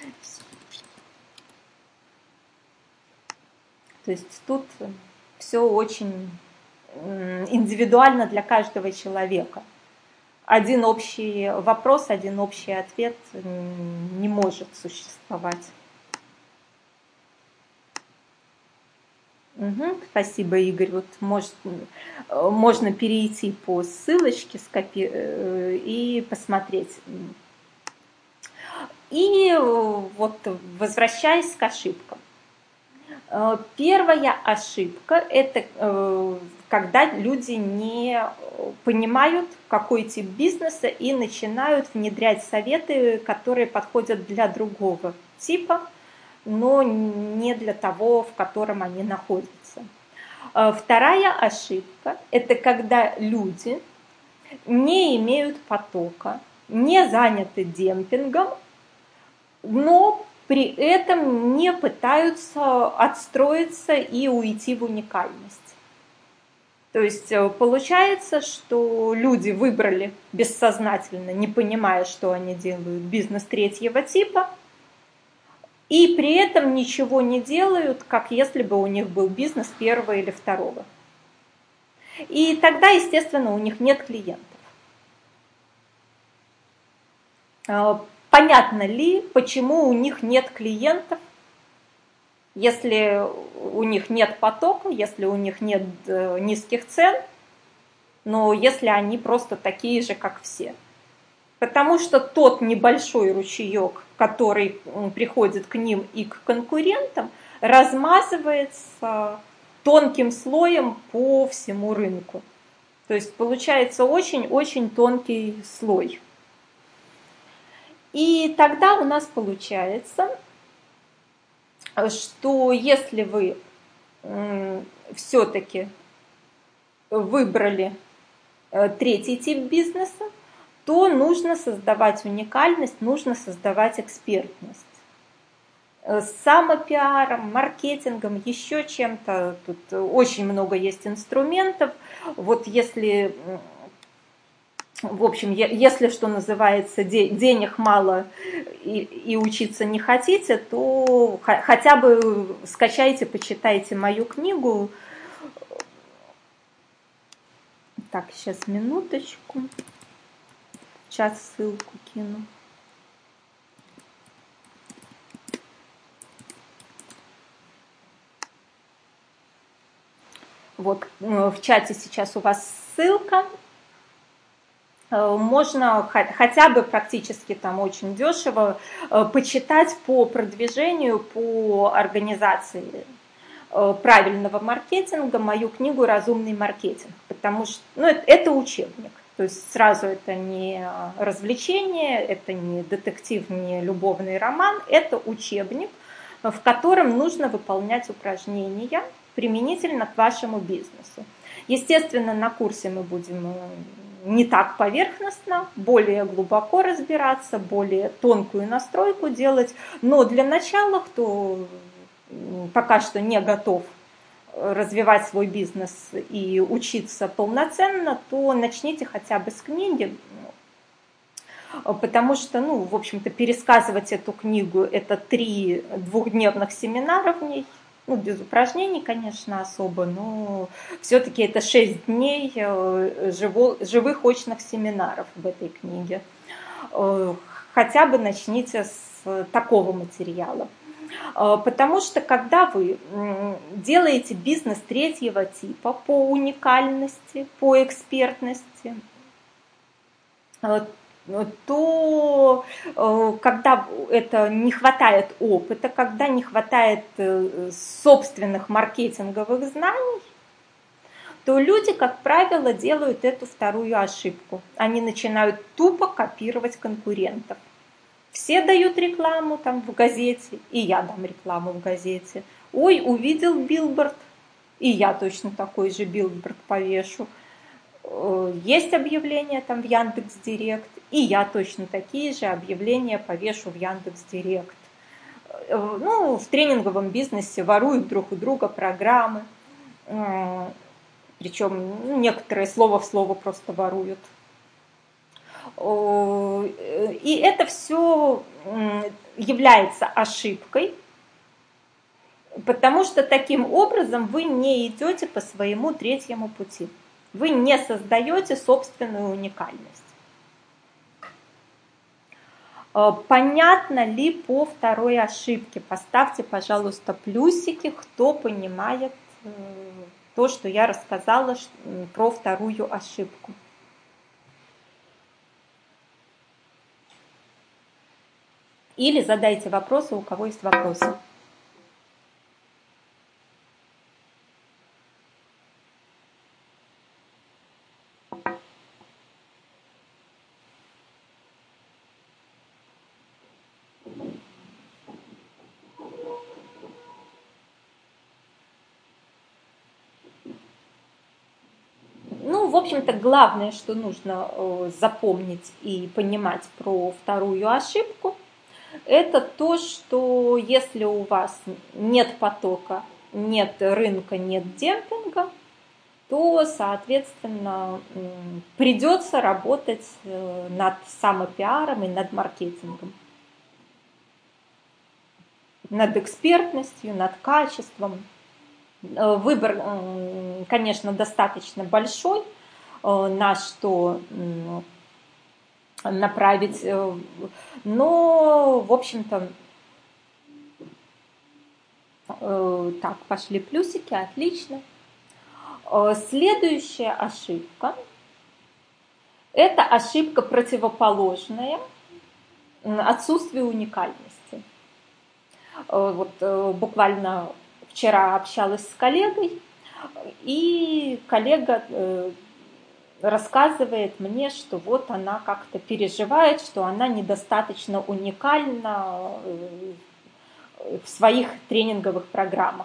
То есть тут все очень индивидуально для каждого человека. Один общий вопрос, один общий ответ не может существовать. Угу, спасибо, Игорь. Вот может, можно перейти по ссылочке скопи... и посмотреть. И вот возвращаясь к ошибкам. Первая ошибка – это когда люди не понимают, какой тип бизнеса, и начинают внедрять советы, которые подходят для другого типа, но не для того, в котором они находятся. Вторая ошибка – это когда люди не имеют потока, не заняты демпингом, но при этом не пытаются отстроиться и уйти в уникальность. То есть получается, что люди выбрали бессознательно, не понимая, что они делают, бизнес третьего типа, и при этом ничего не делают, как если бы у них был бизнес первого или второго. И тогда, естественно, у них нет клиентов. Понятно ли, почему у них нет клиентов, если у них нет потока, если у них нет низких цен, но если они просто такие же, как все? Потому что тот небольшой ручеек, который приходит к ним и к конкурентам, размазывается тонким слоем по всему рынку. То есть получается очень-очень тонкий слой. И тогда у нас получается, что если вы все-таки выбрали третий тип бизнеса, то нужно создавать уникальность, нужно создавать экспертность. С самопиаром, маркетингом, еще чем-то. Тут очень много есть инструментов. Вот если, в общем, если, что называется, денег мало и, и учиться не хотите, то хотя бы скачайте, почитайте мою книгу. Так, сейчас минуточку. Сейчас ссылку кину. Вот в чате сейчас у вас ссылка. Можно хотя бы практически там очень дешево почитать по продвижению, по организации правильного маркетинга мою книгу «Разумный маркетинг», потому что ну, это, это учебник. То есть сразу это не развлечение, это не детектив, не любовный роман, это учебник, в котором нужно выполнять упражнения применительно к вашему бизнесу. Естественно, на курсе мы будем не так поверхностно, более глубоко разбираться, более тонкую настройку делать, но для начала, кто пока что не готов развивать свой бизнес и учиться полноценно, то начните хотя бы с книги, потому что, ну, в общем-то, пересказывать эту книгу – это три двухдневных семинара в ней, ну, без упражнений, конечно, особо, но все-таки это шесть дней живых очных семинаров в этой книге. Хотя бы начните с такого материала. Потому что когда вы делаете бизнес третьего типа по уникальности, по экспертности, то когда это не хватает опыта, когда не хватает собственных маркетинговых знаний, то люди, как правило, делают эту вторую ошибку. Они начинают тупо копировать конкурентов. Все дают рекламу там в газете, и я дам рекламу в газете. Ой, увидел билборд, и я точно такой же билборд повешу. Есть объявления там в Яндекс.Директ, и я точно такие же объявления повешу в Яндекс.Директ. Ну, в тренинговом бизнесе воруют друг у друга программы, причем некоторые слово в слово просто воруют. И это все является ошибкой, потому что таким образом вы не идете по своему третьему пути. Вы не создаете собственную уникальность. Понятно ли по второй ошибке? Поставьте, пожалуйста, плюсики, кто понимает то, что я рассказала про вторую ошибку. Или задайте вопросы, у кого есть вопросы. Ну, в общем-то, главное, что нужно запомнить и понимать про вторую ошибку, это то, что если у вас нет потока, нет рынка, нет демпинга, то, соответственно, придется работать над самопиаром и над маркетингом, над экспертностью, над качеством. Выбор, конечно, достаточно большой, на что направить, но, в общем-то, так, пошли плюсики, отлично. Следующая ошибка – это ошибка противоположная отсутствию уникальности. Вот буквально вчера общалась с коллегой, и коллега рассказывает мне, что вот она как-то переживает, что она недостаточно уникальна в своих тренинговых программах.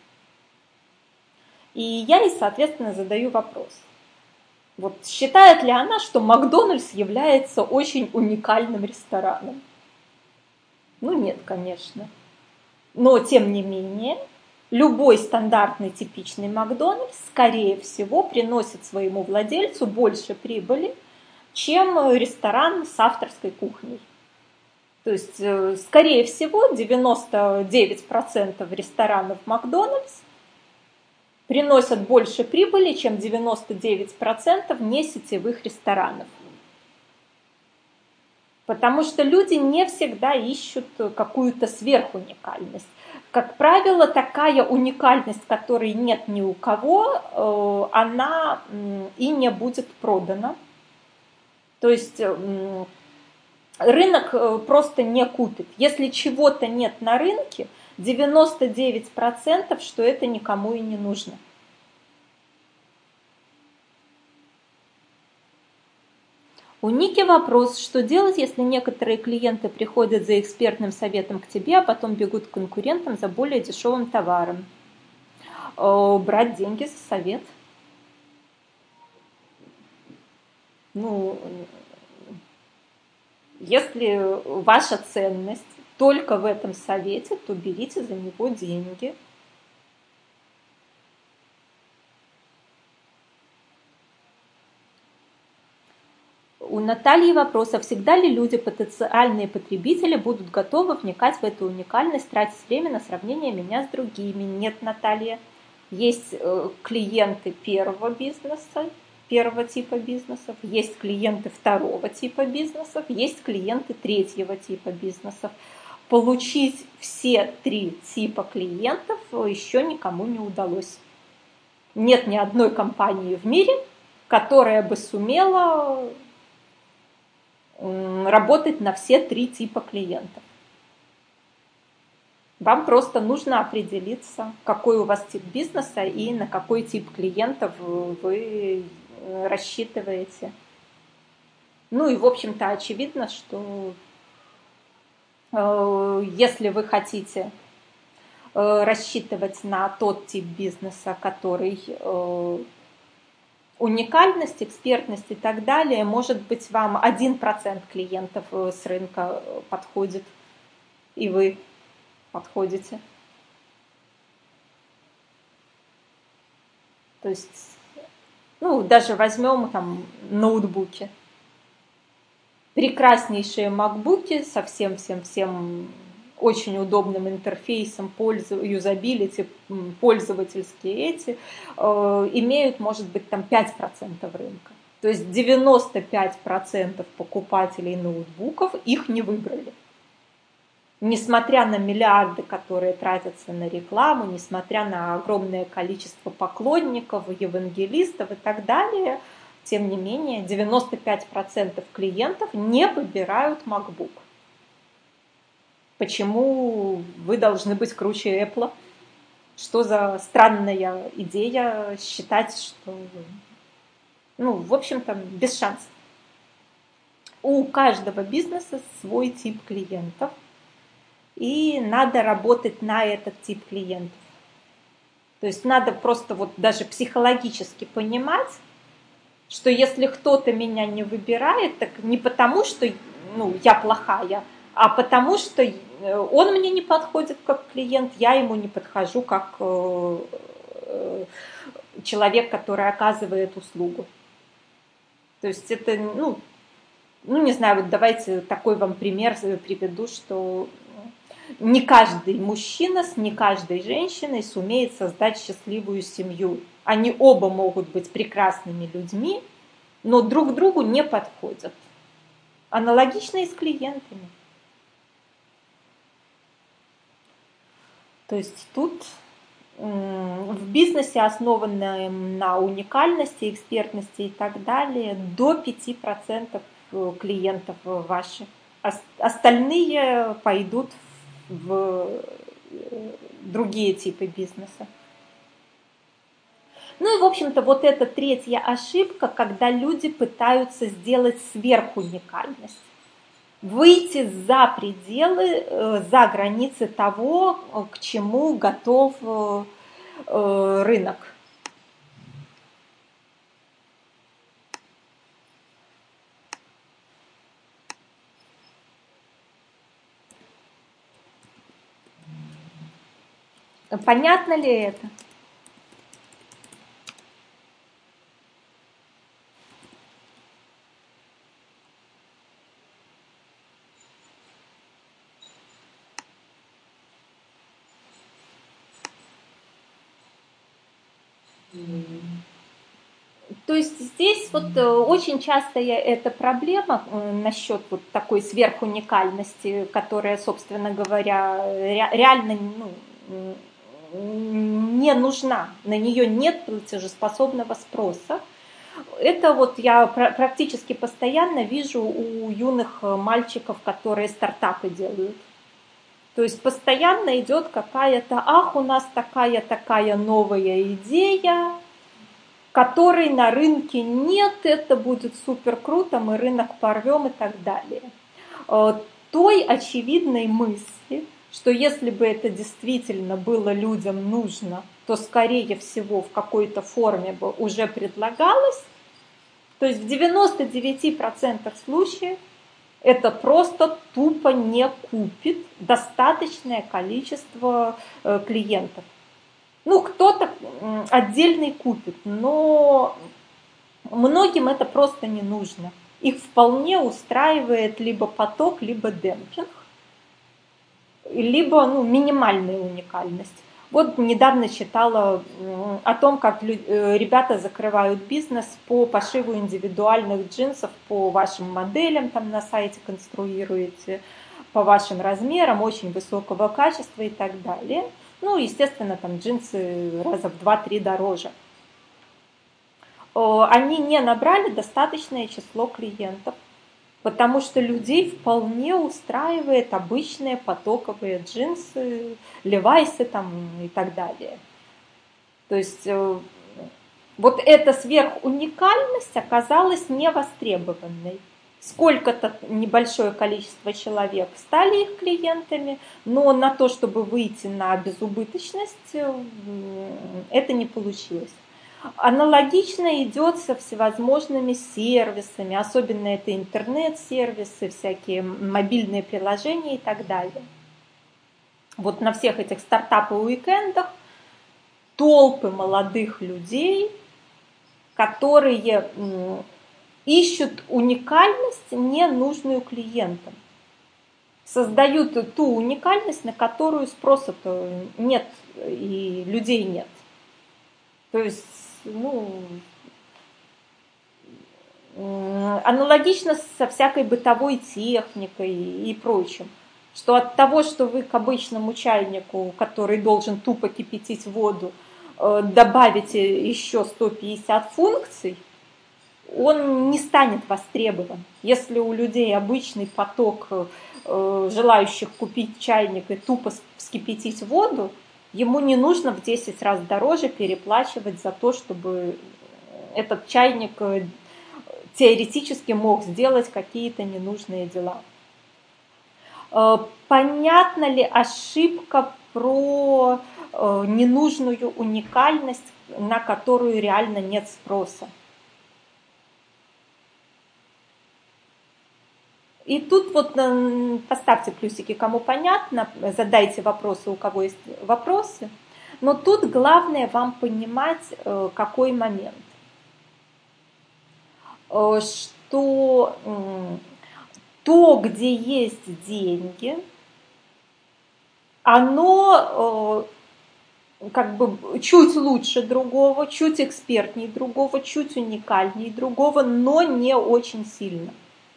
И я ей, соответственно, задаю вопрос. Вот считает ли она, что Макдональдс является очень уникальным рестораном? Ну нет, конечно. Но, тем не менее, любой стандартный типичный Макдональдс, скорее всего, приносит своему владельцу больше прибыли, чем ресторан с авторской кухней. То есть, скорее всего, девяносто девять процентов ресторанов Макдональдс приносят больше прибыли, чем девяносто девять процентов несетевых ресторанов. Потому что люди не всегда ищут какую-то сверхуникальность. Как правило, такая уникальность, которой нет ни у кого, она и не будет продана. То есть рынок просто не купит. Если чего-то нет на рынке, девяносто девять процентов, что это никому и не нужно. У Ники вопрос, что делать, если некоторые клиенты приходят за экспертным советом к тебе, а потом бегут к конкурентам за более дешевым товаром? Брать деньги за совет. Ну, если ваша ценность только в этом совете, то берите за него деньги. У Натальи вопрос, а всегда ли люди, потенциальные потребители, будут готовы вникать в эту уникальность, тратить время на сравнение меня с другими? Нет, Наталья. Есть клиенты первого бизнеса, первого типа бизнесов, есть клиенты второго типа бизнесов, есть клиенты третьего типа бизнесов. Получить все три типа клиентов еще никому не удалось. Нет ни одной компании в мире, которая бы сумела работать на все три типа клиентов. Вам просто нужно определиться, какой у вас тип бизнеса и на какой тип клиентов вы рассчитываете. Ну и, в общем-то, очевидно, что э, если вы хотите э, рассчитывать на тот тип бизнеса, который э, уникальность, экспертность и так далее, может быть, вам один процент клиентов с рынка подходит, и вы подходите. То есть, ну, даже возьмем там ноутбуки. Прекраснейшие макбуки со всем-всем-всем очень удобным интерфейсом, юзабилити, пользовательские эти, э, имеют, может быть, там пять процентов рынка. То есть девяносто пять процентов покупателей ноутбуков их не выбрали. Несмотря на миллиарды, которые тратятся на рекламу, несмотря на огромное количество поклонников, евангелистов и так далее, тем не менее, девяносто пять процентов клиентов не выбирают MacBook. Почему вы должны быть круче Apple? Что за странная идея считать, что... Ну, в общем-то, без шансов. У каждого бизнеса свой тип клиентов. И надо работать на этот тип клиентов. То есть надо просто вот даже психологически понимать, что если кто-то меня не выбирает, так не потому, что ну, я плохая, а потому что он мне не подходит как клиент, я ему не подхожу как человек, который оказывает услугу. То есть это, ну, ну не знаю, вот давайте такой вам пример приведу, что не каждый мужчина с не каждой женщиной сумеет создать счастливую семью. Они оба могут быть прекрасными людьми, но друг другу не подходят. Аналогично и с клиентами. То есть тут в бизнесе, основанном на уникальности, экспертности и так далее, до пяти процентов клиентов ваших. Остальные пойдут в другие типы бизнеса. Ну и, в общем-то, вот эта третья ошибка, когда люди пытаются сделать сверхуникальность. выйти за пределы, за границы того, к чему готов рынок. Понятно ли это? То есть здесь вот очень частая эта проблема насчет вот такой сверхуникальности, которая, собственно говоря, реально ну, не нужна, на нее нет платежеспособного спроса. Это вот я практически постоянно вижу у юных мальчиков, которые стартапы делают. То есть постоянно идет какая-то, ах, у нас такая-такая новая идея, которой на рынке нет, это будет супер круто, мы рынок порвем и так далее. Той очевидной мысли, что если бы это действительно было людям нужно, то, скорее всего, в какой-то форме бы уже предлагалось. То есть в девяноста девяти процентах случаев это просто тупо не купит достаточное количество клиентов. Ну, кто-то отдельный купит, но многим это просто не нужно. Их вполне устраивает либо поток, либо демпинг, либо ну, минимальная уникальность. Вот недавно читала о том, как ребята закрывают бизнес по пошиву индивидуальных джинсов по вашим моделям, там на сайте конструируете, по вашим размерам, очень высокого качества и так далее. Ну, естественно, там джинсы раза в два-три дороже. Они не набрали достаточное число клиентов, потому что людей вполне устраивает обычные потоковые джинсы, левайсы там и так далее. То есть вот эта сверхуникальность оказалась невостребованной. Сколько-то небольшое количество человек стали их клиентами, но на то, чтобы выйти на безубыточность, это не получилось. Аналогично идет со всевозможными сервисами, особенно это интернет-сервисы, всякие мобильные приложения и так далее. Вот на всех этих стартап-уикендах толпы молодых людей, которые ищут уникальность, не нужную клиентам. Создают ту уникальность, на которую спроса-то нет и людей нет. То есть, ну, аналогично со всякой бытовой техникой и прочим. Что от того, что вы к обычному чайнику, который должен тупо кипятить воду, добавите еще сто пятьдесят функций, он не станет востребован. Если у людей обычный поток желающих купить чайник и тупо вскипятить воду, ему не нужно в десять раз дороже переплачивать за то, чтобы этот чайник теоретически мог сделать какие-то ненужные дела. Понятна ли ошибка про ненужную уникальность, на которую реально нет спроса? И тут вот поставьте плюсики, кому понятно, задайте вопросы, у кого есть вопросы. Но тут главное вам понимать, какой момент. Что то, где есть деньги, оно как бы чуть лучше другого, чуть экспертнее другого, чуть уникальнее другого, но не очень сильно.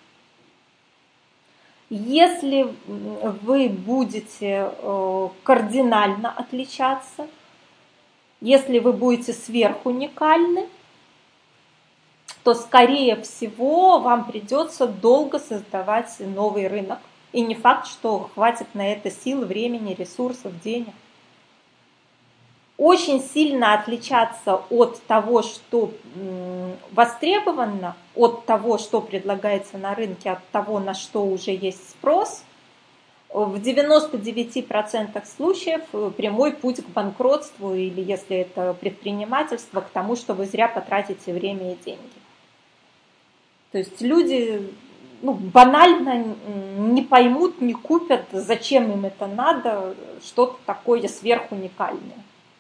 Если вы будете кардинально отличаться, если вы будете сверхуникальны, то, скорее всего, вам придется долго создавать новый рынок. И не факт, что хватит на это сил, времени, ресурсов, денег. очень сильно отличаться от того, что востребовано, от того, что предлагается на рынке, от того, на что уже есть спрос, в девяноста девяти процентах случаев прямой путь к банкротству или, если это предпринимательство, к тому, что вы зря потратите время и деньги. То есть люди ну, банально не поймут, не купят, зачем им это надо, что-то такое сверхуникальное.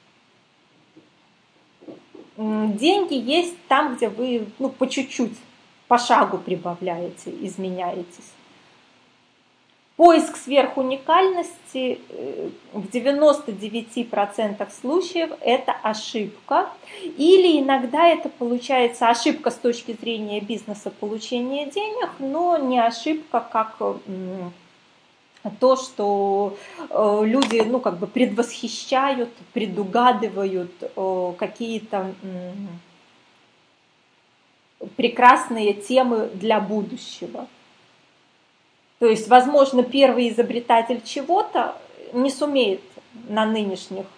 Деньги есть там, где вы ну, по чуть-чуть, по шагу прибавляете, изменяетесь. Поиск сверхуникальности в девяноста девяти процентах случаев это ошибка. Или иногда это получается ошибка с точки зрения бизнеса получения денег, но не ошибка как то, что люди ну, как бы предвосхищают, предугадывают какие-то прекрасные темы для будущего. То есть, возможно, первый изобретатель чего-то не сумеет на нынешних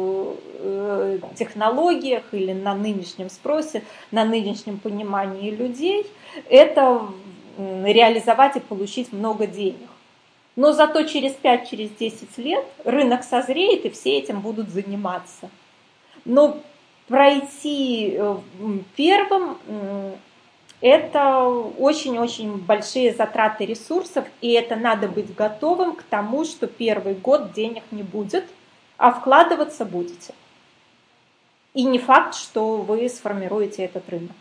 технологиях или на нынешнем спросе, на нынешнем понимании людей это реализовать и получить много денег. Но зато через пять-десять лет рынок созреет, и все этим будут заниматься. Но пройти первым это очень-очень большие затраты ресурсов, и это надо быть готовым к тому, что первый год денег не будет, а вкладываться будете. И не факт, что вы сформируете этот рынок.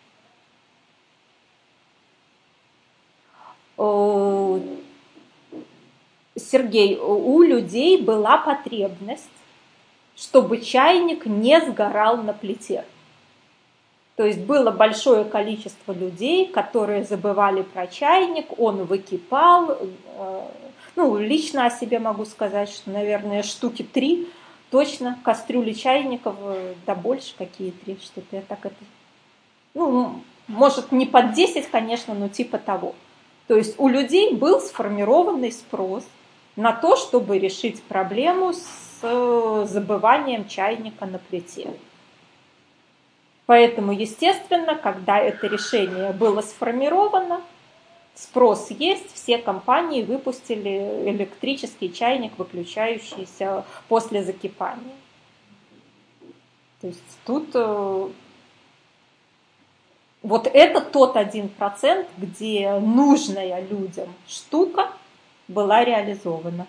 Сергей, у людей была потребность, чтобы чайник не сгорал на плите. То есть было большое количество людей, которые забывали про чайник, он выкипал. Ну, лично о себе могу сказать, что, наверное, штуки три точно кастрюли чайников, да больше, какие три, что-то я так это... Ну, может, не под десять, конечно, но типа того. То есть у людей был сформированный спрос на то, чтобы решить проблему с забыванием чайника на плите. Поэтому, естественно, когда это решение было сформировано, спрос есть, все компании выпустили электрический чайник, выключающийся после закипания. То есть тут вот это тот один процент, где нужная людям штука была реализована.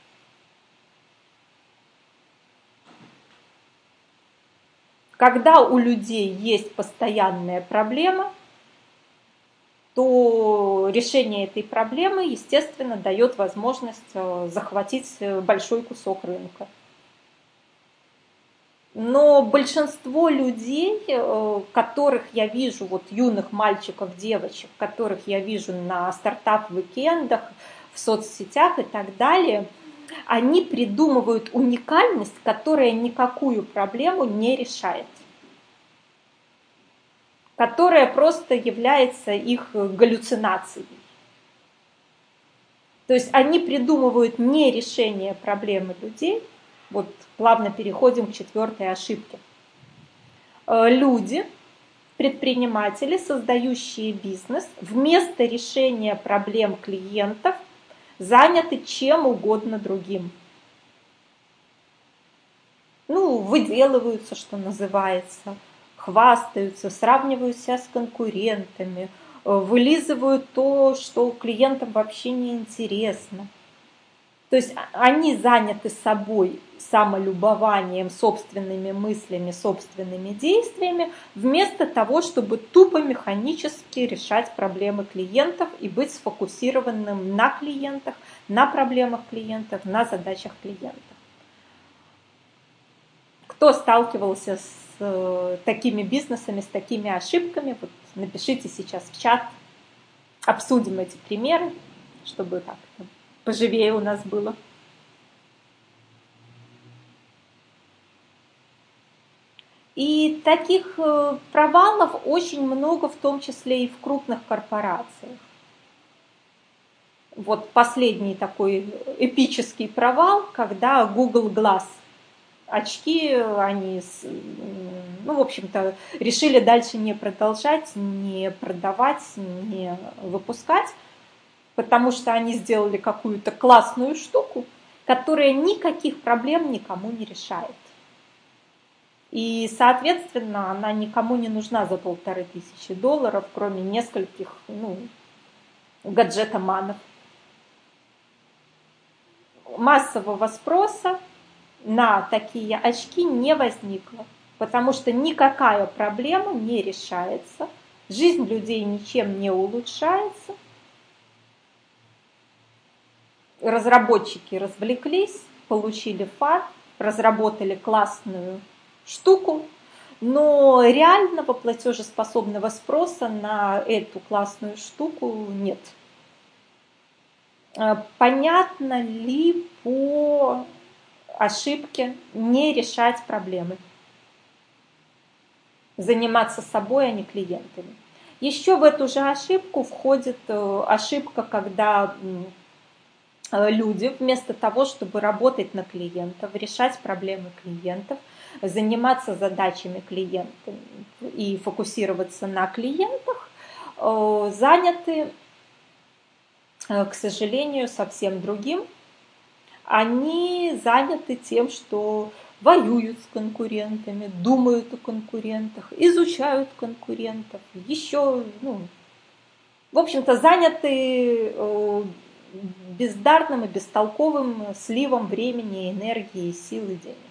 Когда у людей есть постоянная проблема, то решение этой проблемы, естественно, дает возможность захватить большой кусок рынка. Но большинство людей, которых я вижу, вот юных мальчиков, девочек, которых я вижу на стартап-уикендах, в соцсетях и так далее, они придумывают уникальность, которая никакую проблему не решает, которая просто является их галлюцинацией. То есть они придумывают не решение проблемы людей. Вот плавно переходим к четвертой ошибке. Люди, предприниматели, создающие бизнес, вместо решения проблем клиентов заняты чем угодно другим. Ну, выделываются, что называется, хвастаются, сравнивают себя с конкурентами, вылизывают то, что клиентам вообще не интересно. То есть они заняты собой, самолюбованием, собственными мыслями, собственными действиями, вместо того, чтобы тупо механически решать проблемы клиентов и быть сфокусированным на клиентах, на проблемах клиентов, на задачах клиентов. Кто сталкивался с такими бизнесами, с такими ошибками, вот напишите сейчас в чат, обсудим эти примеры, чтобы так поживее у нас было. И таких провалов очень много, в том числе и в крупных корпорациях. Вот последний такой эпический провал, когда Google Glass очки, они, ну, в общем-то, решили дальше не продолжать, не продавать, не выпускать, потому что они сделали какую-то классную штуку, которая никаких проблем никому не решает. И, соответственно, она никому не нужна за полторы тысячи долларов, кроме нескольких, ну, гаджетоманов. Массового спроса на такие очки не возникло, потому что никакая проблема не решается, жизнь людей ничем не улучшается, разработчики развлеклись, получили фан, разработали классную штуку, но реального платежеспособного спроса на эту классную штуку нет. Понятно ли по ошибке не решать проблемы? Заниматься собой, а не клиентами. Еще в эту же ошибку входит ошибка, когда люди вместо того, чтобы работать на клиентов, решать проблемы клиентов, заниматься задачами клиентов и фокусироваться на клиентах, заняты, к сожалению, совсем другим. Они заняты тем, что воюют с конкурентами, думают о конкурентах, изучают конкурентов, еще, ну, в общем-то, заняты бездарным и бестолковым сливом времени, энергии, сил и денег.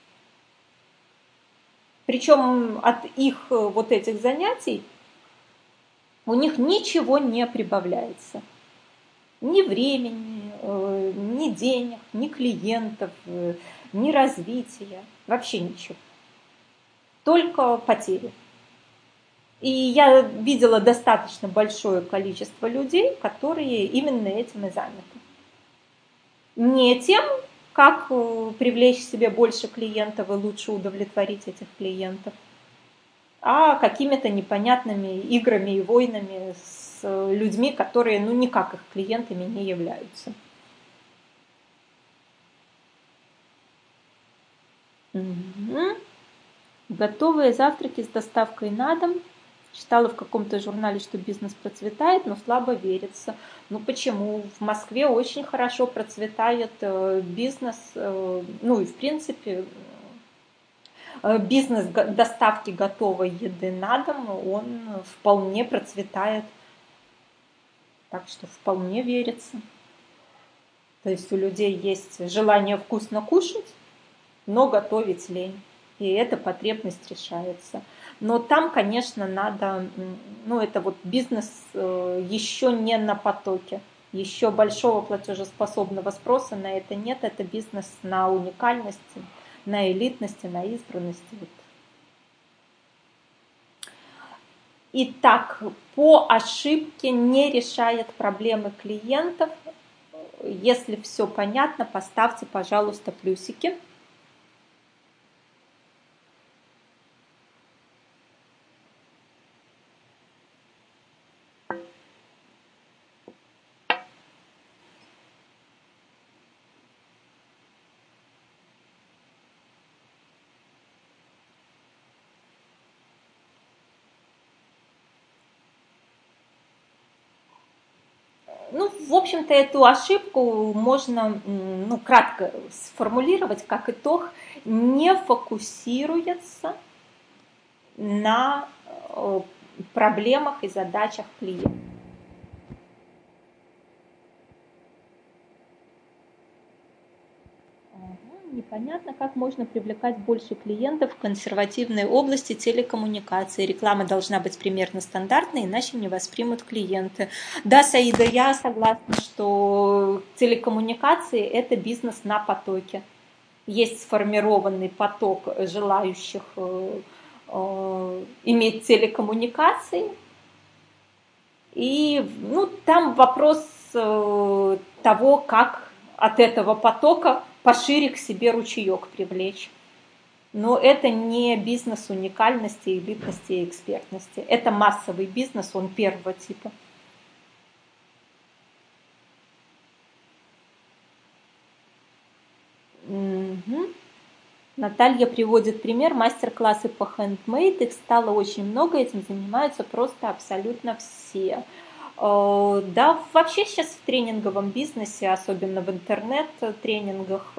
Причем от их вот этих занятий у них ничего не прибавляется. Ни времени, ни денег, ни клиентов, ни развития, вообще ничего. Только потери. И я видела достаточно большое количество людей, которые именно этим и заняты. Не тем, как привлечь себе больше клиентов и лучше удовлетворить этих клиентов, а какими-то непонятными играми и войнами с людьми, которые, ну, никак их клиентами не являются. Угу. Готовые завтраки с доставкой на дом. Читала в каком-то журнале, что бизнес процветает, но слабо верится. Ну почему? В Москве очень хорошо процветает бизнес, ну и в принципе бизнес доставки готовой еды на дом, он вполне процветает. Так что вполне верится. То есть у людей есть желание вкусно кушать, но готовить лень. И эта потребность решается. Но там, конечно, надо, ну это вот бизнес еще не на потоке. Еще большого платежеспособного спроса на это нет. Это бизнес на уникальности, на элитности, на избранности. Итак, по ошибке не решает проблемы клиентов. Если все понятно, поставьте, пожалуйста, плюсики. Ну, в общем-то, эту ошибку можно, ну, кратко сформулировать как итог: не фокусируется на проблемах и задачах клиента. Непонятно, как можно привлекать больше клиентов в консервативной области телекоммуникации. Реклама должна быть примерно стандартной, иначе не воспримут клиенты. Да, Саида, я согласна, что телекоммуникации – это бизнес на потоке. Есть сформированный поток желающих э, э, иметь телекоммуникации. И ну, там вопрос э, того, как от этого потока пошире к себе ручеек привлечь. Но это не бизнес уникальности, элитности и экспертности. Это массовый бизнес, он первого типа. Угу. Наталья приводит пример, мастер-классы по хендмейд, их стало очень много, этим занимаются просто абсолютно все. Да, вообще сейчас в тренинговом бизнесе, особенно в интернет-тренингах,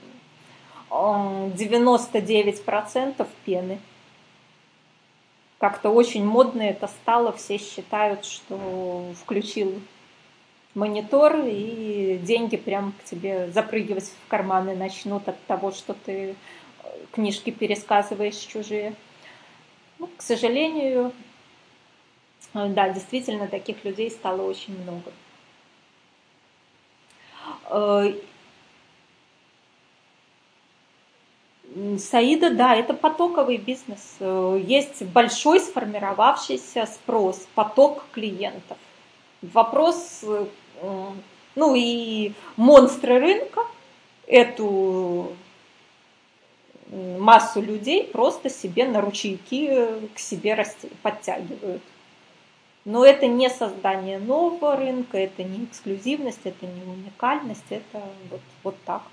девяносто девять процентов пены. Как-то очень модно это стало, все считают, что включил монитор и деньги прям к тебе запрыгивать в карманы начнут от того, что ты книжки пересказываешь чужие. Ну, к сожалению, да, действительно, таких людей стало очень много. Саида, да, это потоковый бизнес. Есть большой сформировавшийся спрос, поток клиентов. Вопрос, ну и монстры рынка эту массу людей просто себе на ручейки к себе подтягивают. Но это не создание нового рынка, это не эксклюзивность, это не уникальность, это вот, вот так.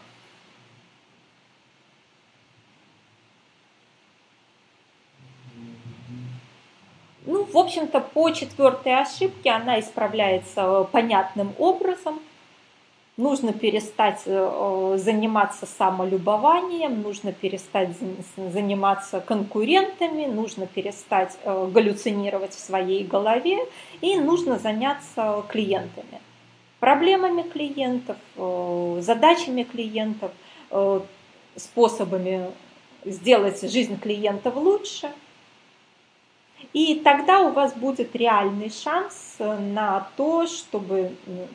Ну, в общем-то, по четвертой ошибке она исправляется понятным образом. Нужно перестать заниматься самолюбованием, нужно перестать заниматься конкурентами, нужно перестать галлюцинировать в своей голове и нужно заняться клиентами. Проблемами клиентов, задачами клиентов, способами сделать жизнь клиентов лучше. И тогда у вас будет реальный шанс на то, чтобы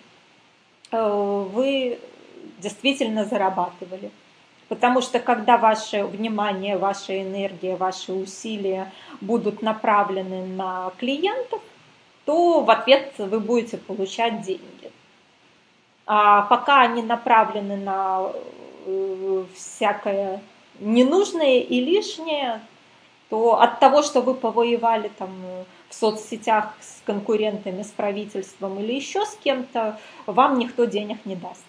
вы действительно зарабатывали. Потому что когда ваше внимание, ваша энергия, ваши усилия будут направлены на клиентов, то в ответ вы будете получать деньги. А пока они направлены на всякое ненужное и лишнее, то от того, что вы повоевали там в соцсетях с конкурентами, с правительством или еще с кем-то, вам никто денег не даст.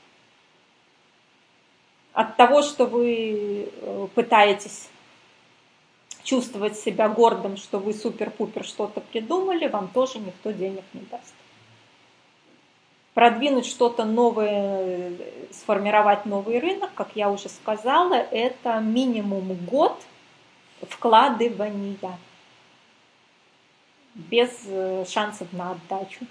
От того, что вы пытаетесь чувствовать себя гордым, что вы супер-пупер что-то придумали, вам тоже никто денег не даст. Продвинуть что-то новое, сформировать новый рынок, как я уже сказала, это минимум год вкладывания без шансов на отдачу.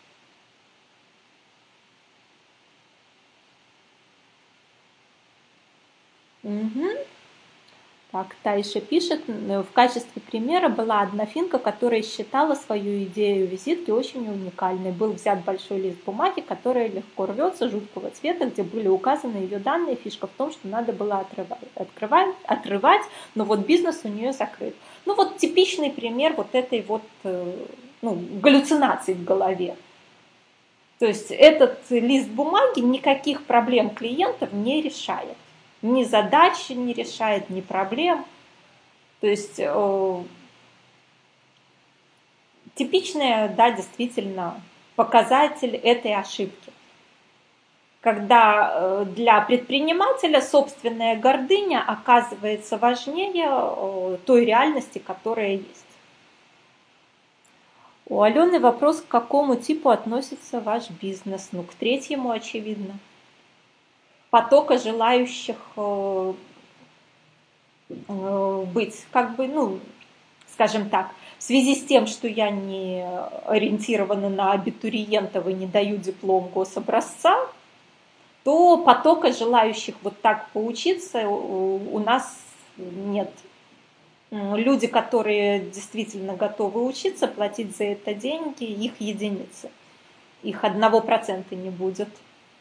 Угу. Так, Тайша пишет, в качестве примера была одна финка, которая считала свою идею визитки очень уникальной. Был взят большой лист бумаги, который легко рвется, жуткого цвета, где были указаны ее данные. Фишка в том, что надо было отрывать, открывать, отрывать, но вот бизнес у нее закрыт. Ну вот типичный пример вот этой вот ну, галлюцинации в голове. То есть этот лист бумаги никаких проблем клиентов не решает. Ни задач не решает, ни проблем. То есть э, типичный, да, действительно, показатель этой ошибки. Когда э, для предпринимателя собственная гордыня оказывается важнее э, той реальности, которая есть. У Алены вопрос, к какому типу относится ваш бизнес? Ну, к третьему, очевидно. Потока желающих э, э, быть, как бы, ну, скажем так, в связи с тем, что я не ориентирована на абитуриентов и не даю диплом гособразца, то потока желающих вот так поучиться у, у нас нет. Люди, которые действительно готовы учиться, платить за это деньги, их единицы. Их одного процента не будет.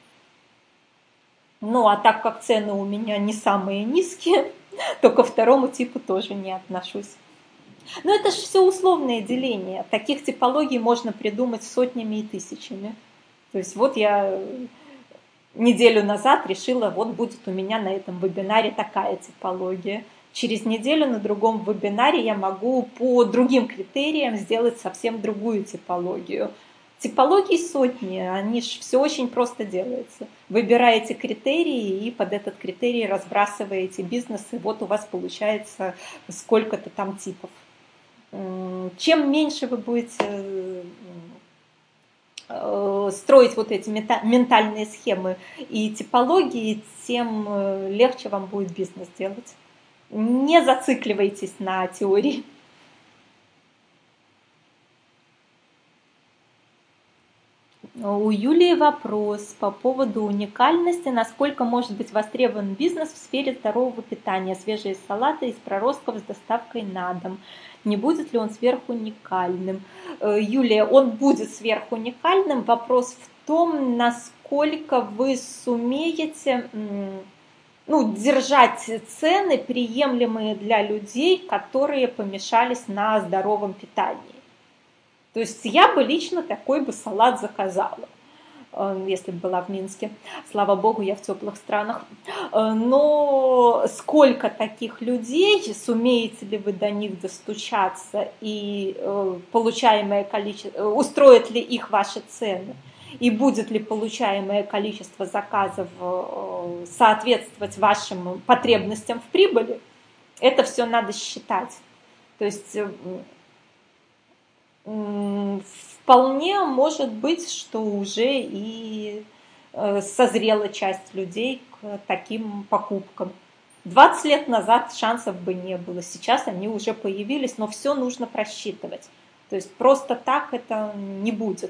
Ну, а так как цены у меня не самые низкие, то ко второму типу тоже не отношусь. Но это же все условное деление. Таких типологий можно придумать сотнями и тысячами. То есть вот я неделю назад решила, вот будет у меня на этом вебинаре такая типология. Через неделю на другом вебинаре я могу по другим критериям сделать совсем другую типологию. Типологий сотни, они же все очень просто делается. Выбираете критерии и под этот критерий разбрасываете бизнес, и вот у вас получается сколько-то там типов. Чем меньше вы будете строить вот эти ментальные схемы и типологии, тем легче вам будет бизнес делать. Не зацикливайтесь на теории. У Юлии вопрос по поводу уникальности. Насколько может быть востребован бизнес в сфере здорового питания? Свежие салаты из проростков с доставкой на дом. Не будет ли он сверхуникальным? Юлия, он будет сверхуникальным. Вопрос в том, насколько вы сумеете ну, держать цены, приемлемые для людей, которые помешались на здоровом питании. То есть я бы лично такой бы салат заказала, если бы была в Минске. Слава богу, я в теплых странах. Но сколько таких людей, сумеете ли вы до них достучаться и получаемое количество, устроят ли их ваши цены? И будет ли получаемое количество заказов соответствовать вашим потребностям в прибыли? Это все надо считать. То есть вполне может быть, что уже и созрела часть людей к таким покупкам. двадцать лет назад шансов бы не было, сейчас они уже появились, но все нужно просчитывать. То есть просто так это не будет.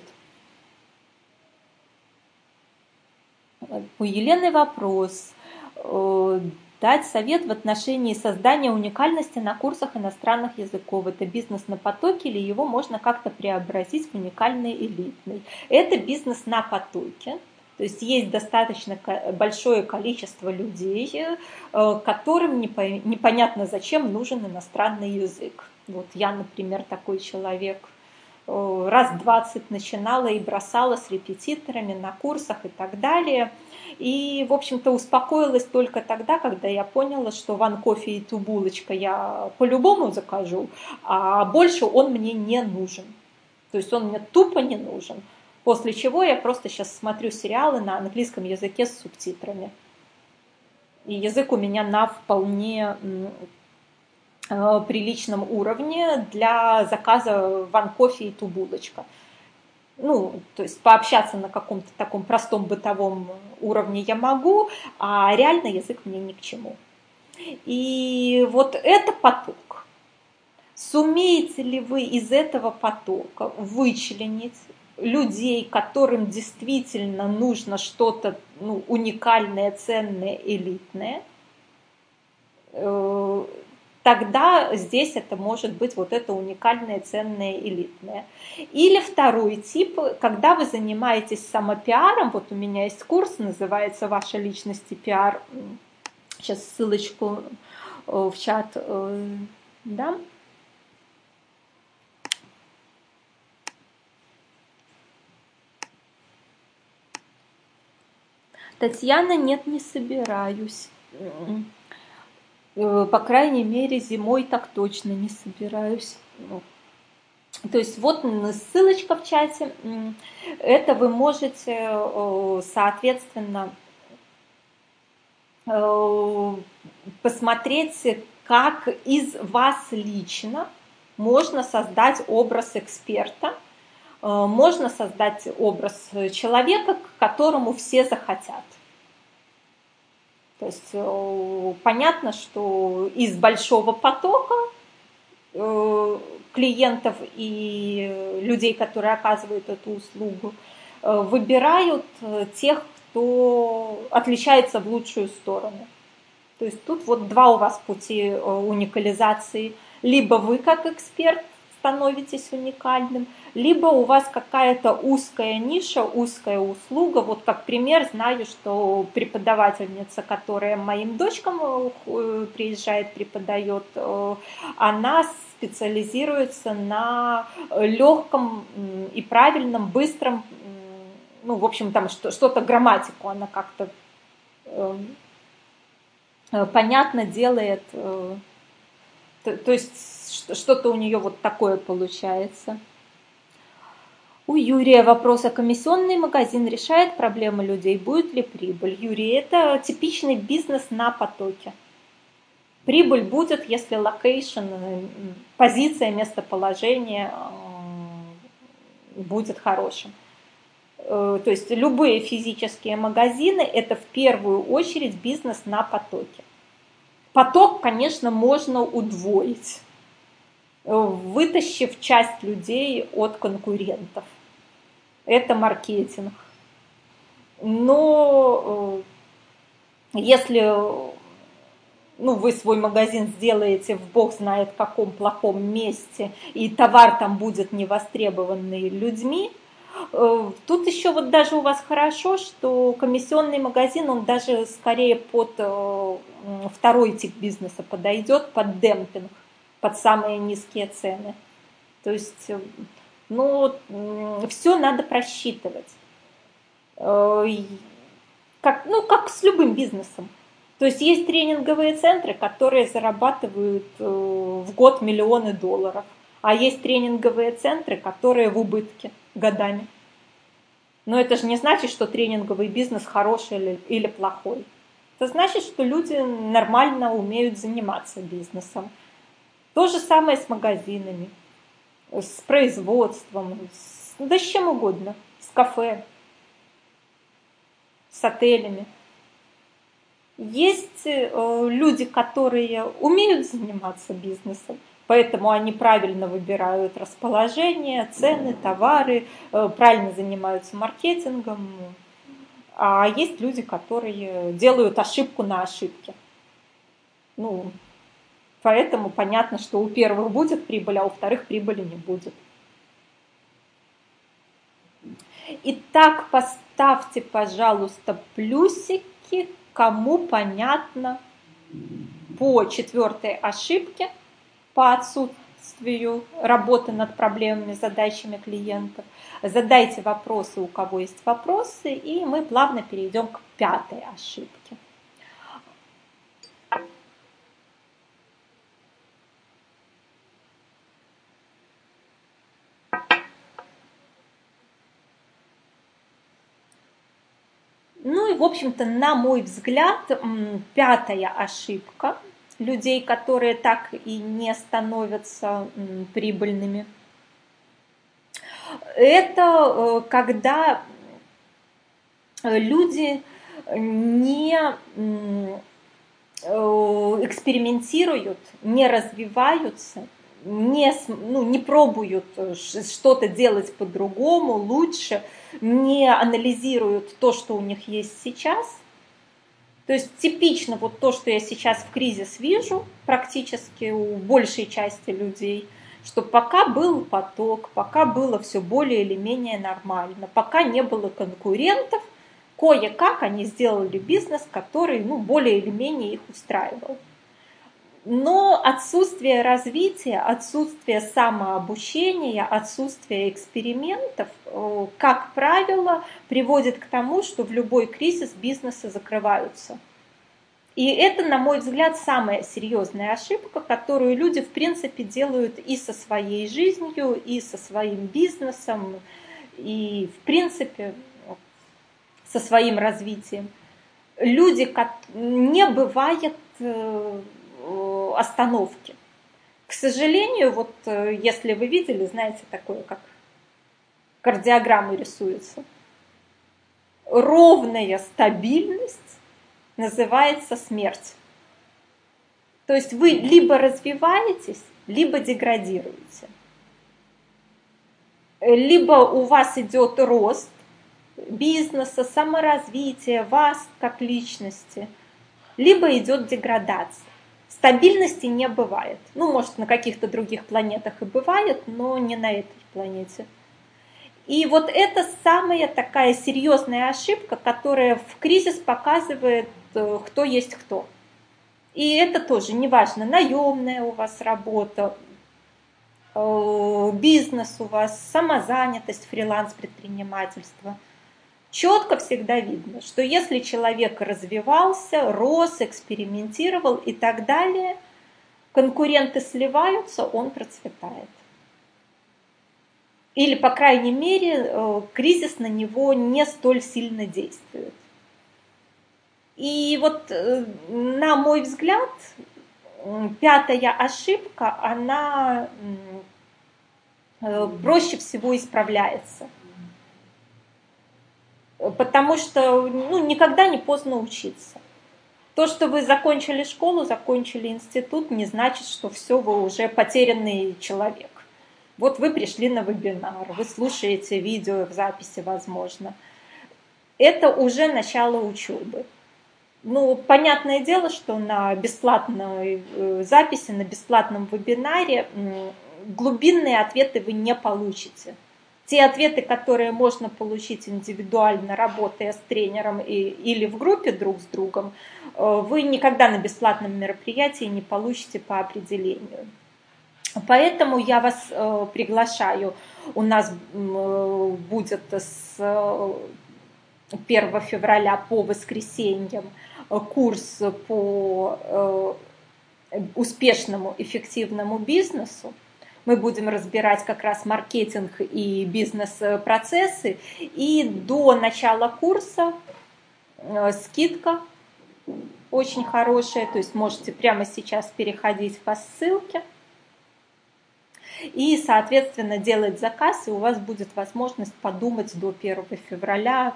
У Елены вопрос. Дать совет в отношении создания уникальности на курсах иностранных языков. Это бизнес на потоке или его можно как-то преобразить в уникальный элитный? Это бизнес на потоке. То есть есть достаточно большое количество людей, которым непонятно зачем нужен иностранный язык. Вот я, например, такой человек. Раз двадцать начинала и бросала с репетиторами на курсах и так далее. И, в общем-то, успокоилась только тогда, когда я поняла, что ван кофе и ту булочка я по-любому закажу, а больше он мне не нужен. То есть он мне тупо не нужен. После чего я просто сейчас смотрю сериалы на английском языке с субтитрами. И язык у меня на вполне приличном уровне для заказа ван кофе и ту булочка. Ну, то есть пообщаться на каком-то таком простом бытовом уровне я могу, а реально язык мне ни к чему. И вот это поток. Сумеете ли вы из этого потока вычленить людей, которым действительно нужно что-то ну, уникальное, ценное, элитное? Тогда здесь это может быть вот это уникальное, ценное, элитное. Или второй тип, когда вы занимаетесь самопиаром, вот у меня есть курс, называется «Ваша личность и пиар». Сейчас ссылочку в чат дам. Татьяна, нет, не собираюсь. По крайней мере, зимой так точно не собираюсь. То есть вот ссылочка в чате. Это вы можете, соответственно, посмотреть, как из вас лично можно создать образ эксперта, можно создать образ человека, к которому все захотят. То есть понятно, что из большого потока клиентов и людей, которые оказывают эту услугу, выбирают тех, кто отличается в лучшую сторону. То есть тут вот два у вас пути уникализации. Либо вы как эксперт становитесь уникальным, либо у вас какая-то узкая ниша, узкая услуга. Вот как пример знаю, что преподавательница, которая моим дочкам приезжает, преподает, она специализируется на легком и правильном, быстром, ну, в общем, там что-то грамматику она как-то понятно делает. То есть что-то у нее вот такое получается. У Юрия вопрос: а комиссионный магазин решает проблемы людей? Будет ли прибыль? Юрий, это типичный бизнес на потоке. Прибыль будет, если локейшн, позиция, местоположение будет хорошим. То есть любые физические магазины – это в первую очередь бизнес на потоке. Поток, конечно, можно удвоить, вытащив часть людей от конкурентов. Это маркетинг. Но если ну, вы свой магазин сделаете в бог знает каком плохом месте, и товар там будет невостребованный людьми, тут еще вот даже у вас хорошо, что комиссионный магазин, он даже скорее под второй тип бизнеса подойдет, под демпинг, под самые низкие цены. То есть, ну, все надо просчитывать. Как, ну, как с любым бизнесом. То есть есть тренинговые центры, которые зарабатывают в год миллионы долларов, а есть тренинговые центры, которые в убытке годами. Но это же не значит, что тренинговый бизнес хороший или, или плохой. Это значит, что люди нормально умеют заниматься бизнесом. То же самое с магазинами, с производством, с, да с чем угодно, с кафе, с отелями. Есть э, люди, которые умеют заниматься бизнесом, поэтому они правильно выбирают расположение, цены, товары, э, правильно занимаются маркетингом. А есть люди, которые делают ошибку на ошибке. Ну, поэтому понятно, что у первых будет прибыль, а у вторых прибыли не будет. Итак, поставьте, пожалуйста, плюсики, кому понятно по четвертой ошибке, по отсутствию работы над проблемами, задачами клиентов. Задайте вопросы, у кого есть вопросы, и мы плавно перейдем к пятой ошибке. Ну и, в общем-то, на мой взгляд, пятая ошибка людей, которые так и не становятся прибыльными, это когда люди не экспериментируют, не развиваются, не, ну, не пробуют что-то делать по-другому, лучше, не анализируют то, что у них есть сейчас. То есть типично вот то, что я сейчас в кризис вижу практически у большей части людей, что пока был поток, пока было все более или менее нормально, пока не было конкурентов, кое-как они сделали бизнес, который ну, более или менее их устраивал. Но отсутствие развития, отсутствие самообучения, отсутствие экспериментов, как правило, приводит к тому, что в любой кризис бизнесы закрываются. И это, на мой взгляд, самая серьезная ошибка, которую люди, в принципе, делают и со своей жизнью, и со своим бизнесом, и, в принципе, со своим развитием. Люди, не бывает остановки. К сожалению, вот если вы видели, знаете, такое, как кардиограммы рисуются, ровная стабильность называется смерть. То есть вы либо развиваетесь, либо деградируете. Либо у вас идет рост бизнеса, саморазвитие, вас как личности, либо идет деградация. Стабильности не бывает. Ну, может, на каких-то других планетах и бывает, но не на этой планете. И вот это самая такая серьезная ошибка, которая в кризис показывает, кто есть кто. И это тоже неважно, наемная у вас работа, бизнес у вас, самозанятость, фриланс, предпринимательство. Четко всегда видно, что если человек развивался, рос, экспериментировал и так далее, конкуренты сливаются, он процветает. Или, по крайней мере, кризис на него не столь сильно действует. И вот, на мой взгляд, пятая ошибка, она проще всего исправляется. Потому что ну, никогда не поздно учиться. То, что вы закончили школу, закончили институт, не значит, что все, вы уже потерянный человек. Вот вы пришли на вебинар, вы слушаете видео в записи, возможно. Это уже начало учебы. Ну, понятное дело, что на бесплатной записи, на бесплатном вебинаре глубинные ответы вы не получите. Те ответы, которые можно получить индивидуально, работая с тренером и, или в группе друг с другом, вы никогда на бесплатном мероприятии не получите по определению. Поэтому я вас приглашаю. У нас будет с первого февраля по воскресеньям курс по успешному, эффективному бизнесу. Мы будем разбирать как раз маркетинг и бизнес-процессы. И до начала курса скидка очень хорошая. То есть можете прямо сейчас переходить по ссылке. И, соответственно, делать заказ. И у вас будет возможность подумать до первого февраля,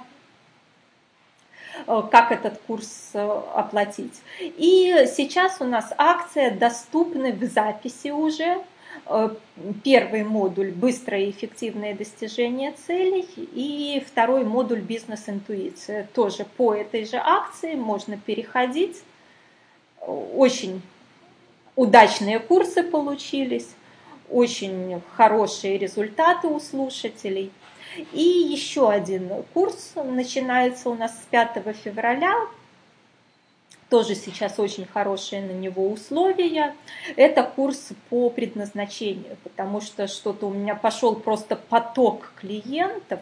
как этот курс оплатить. И сейчас у нас акция доступна в записи уже. Первый модуль «Быстрое и эффективное достижение целей» и второй модуль «Бизнес-интуиция». Тоже по этой же акции можно переходить. Очень удачные курсы получились, очень хорошие результаты у слушателей. И еще один курс начинается у нас с пятого февраля. Тоже сейчас очень хорошие на него условия. Это курс по предназначению, потому что что-то у меня пошел просто поток клиентов,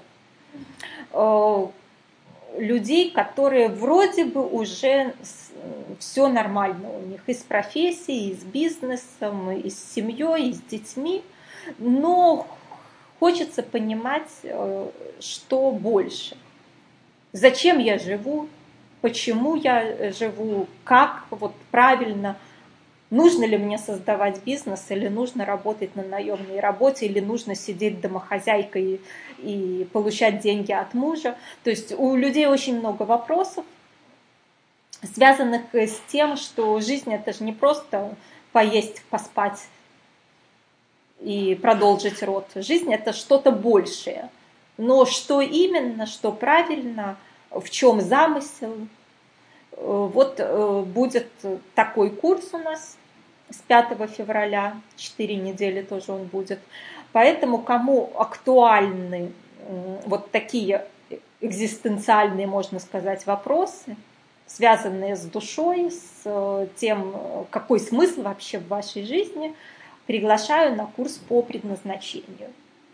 людей, которые вроде бы уже все нормально у них и с профессией, и с бизнесом, и с семьей, и с детьми, но хочется понимать, что больше. Зачем я живу? Почему я живу, как вот правильно, нужно ли мне создавать бизнес, или нужно работать на наемной работе, или нужно сидеть домохозяйкой и, и получать деньги от мужа. То есть у людей очень много вопросов, связанных с тем, что жизнь это же не просто поесть, поспать и продолжить род. Жизнь это что-то большее. Но что именно, что правильно, в чем замысел. Вот будет такой курс у нас с пятого февраля, четыре недели тоже он будет. Поэтому кому актуальны вот такие экзистенциальные, можно сказать, вопросы, связанные с душой, с тем, какой смысл вообще в вашей жизни, приглашаю на курс по предназначению.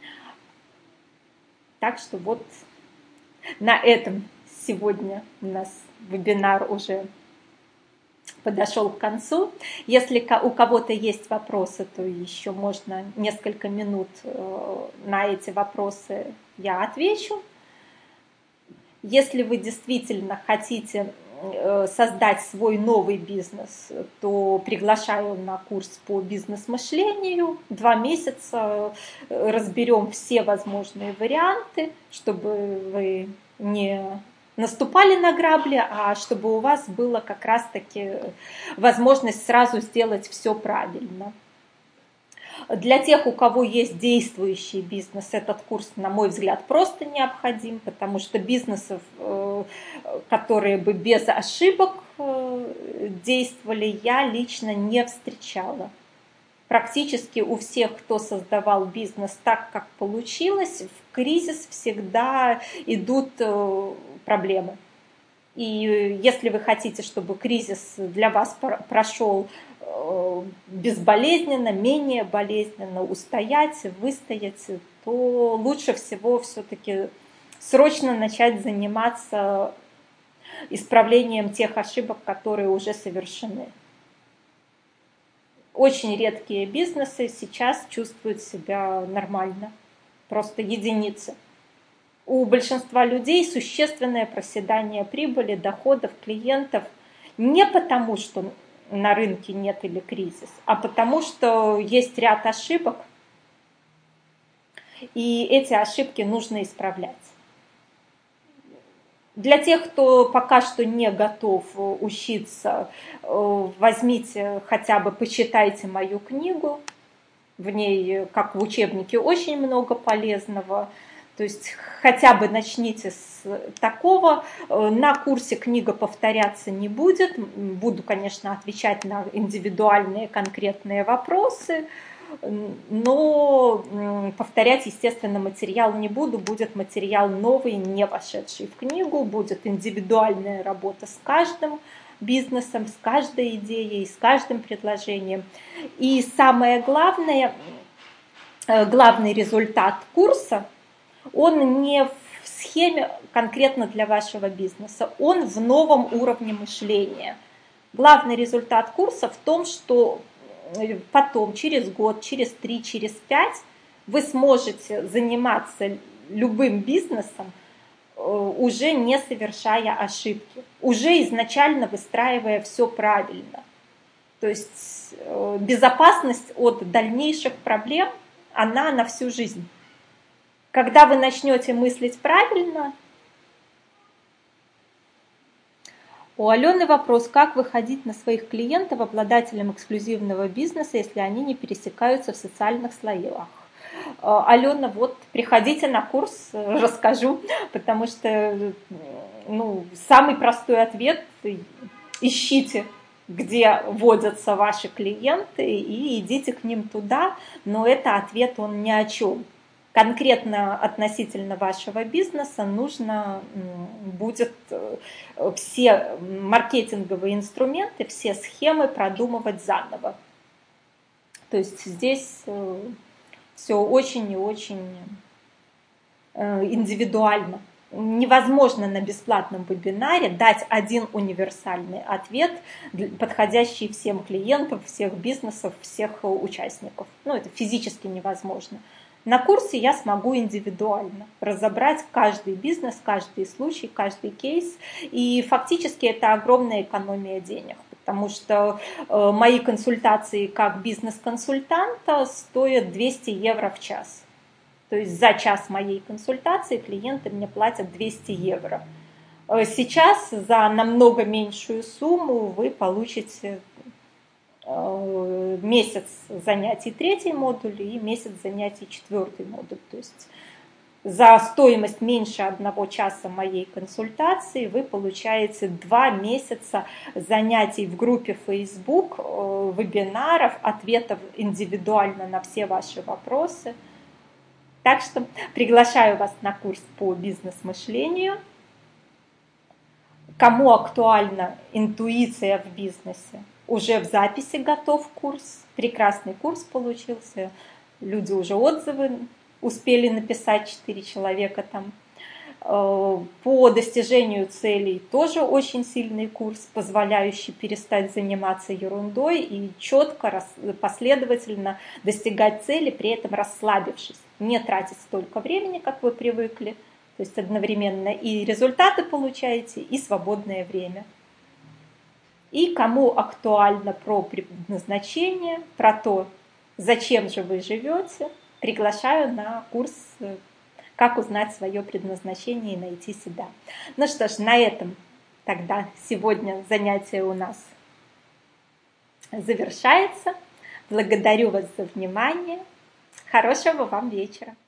Так что вот на этом сегодня у нас вебинар уже подошел к концу. Если у кого-то есть вопросы, то еще можно несколько минут на эти вопросы я отвечу. Если вы действительно хотите создать свой новый бизнес, то приглашаю на курс по бизнес-мышлению. Два месяца разберем все возможные варианты, чтобы вы не наступали на грабли, а чтобы у вас была как раз-таки возможность сразу сделать все правильно. Для тех, у кого есть действующий бизнес, этот курс, на мой взгляд, просто необходим, потому что бизнесов, которые бы без ошибок действовали, я лично не встречала. Практически у всех, кто создавал бизнес так, как получилось, в кризис всегда идут проблемы. И если вы хотите, чтобы кризис для вас прошел безболезненно, менее болезненно, устоять, выстоять, то лучше всего все-таки срочно начать заниматься исправлением тех ошибок, которые уже совершены. Очень редкие бизнесы сейчас чувствуют себя нормально. просто единицы. У большинства людей существенное проседание прибыли, доходов, клиентов не потому, что на рынке нет или кризис, а потому, что есть ряд ошибок, и эти ошибки нужно исправлять. Для тех, кто пока что не готов учиться, возьмите хотя бы, почитайте мою книгу. В ней, как в учебнике, очень много полезного. То есть хотя бы начните с такого. На курсе книга повторяться не будет. Буду, конечно, отвечать на индивидуальные конкретные вопросы, но повторять, естественно, материал не буду. Будет материал новый, не вошедший в книгу. Будет индивидуальная работа с каждым бизнесом, с каждой идеей, с каждым предложением. И самое главное, главный результат курса, он не в схеме конкретно для вашего бизнеса, он в новом уровне мышления. Главный результат курса в том, что потом, через год, через три, через пять, вы сможете заниматься любым бизнесом, уже не совершая ошибки, уже изначально выстраивая все правильно. То есть безопасность от дальнейших проблем, она на всю жизнь. Когда вы начнете мыслить правильно... У Алены вопрос, как выходить на своих клиентов, обладателям эксклюзивного бизнеса, если они не пересекаются в социальных слоях. Алена, вот приходите на курс, расскажу, потому что ну, самый простой ответ – ищите, где водятся ваши клиенты, и идите к ним туда, но это ответ, он ни о чем. Конкретно относительно вашего бизнеса нужно будет все маркетинговые инструменты, все схемы продумывать заново. То есть здесь все очень и очень индивидуально. Невозможно на бесплатном вебинаре дать один универсальный ответ, подходящий всем клиентам, всех бизнесов, всех участников. Ну, это физически невозможно. На курсе я смогу индивидуально разобрать каждый бизнес, каждый случай, каждый кейс. И фактически это огромная экономия денег, потому что э, мои консультации как бизнес-консультанта стоят двести евро в час. То есть за час моей консультации клиенты мне платят двести евро. Сейчас за намного меньшую сумму вы получите месяц занятий третий модуль и месяц занятий четвертый модуль. То есть за стоимость меньше одного часа моей консультации вы получаете два месяца занятий в группе Facebook, вебинаров, ответов индивидуально на все ваши вопросы. Так что приглашаю вас на курс по бизнес-мышлению. Кому актуальна интуиция в бизнесе, уже в записи готов курс. Прекрасный курс получился. Люди уже отзывы успели написать, четыре человека там. По достижению целей тоже очень сильный курс, позволяющий перестать заниматься ерундой и четко, последовательно достигать цели, при этом расслабившись, не тратить столько времени, как вы привыкли. То есть одновременно и результаты получаете, и свободное время. И кому актуально про предназначение, про то, зачем же вы живете, приглашаю на курс «Как узнать свое предназначение и найти себя». Ну что ж, на этом тогда сегодня занятие у нас завершается. Благодарю вас за внимание. Хорошего вам вечера.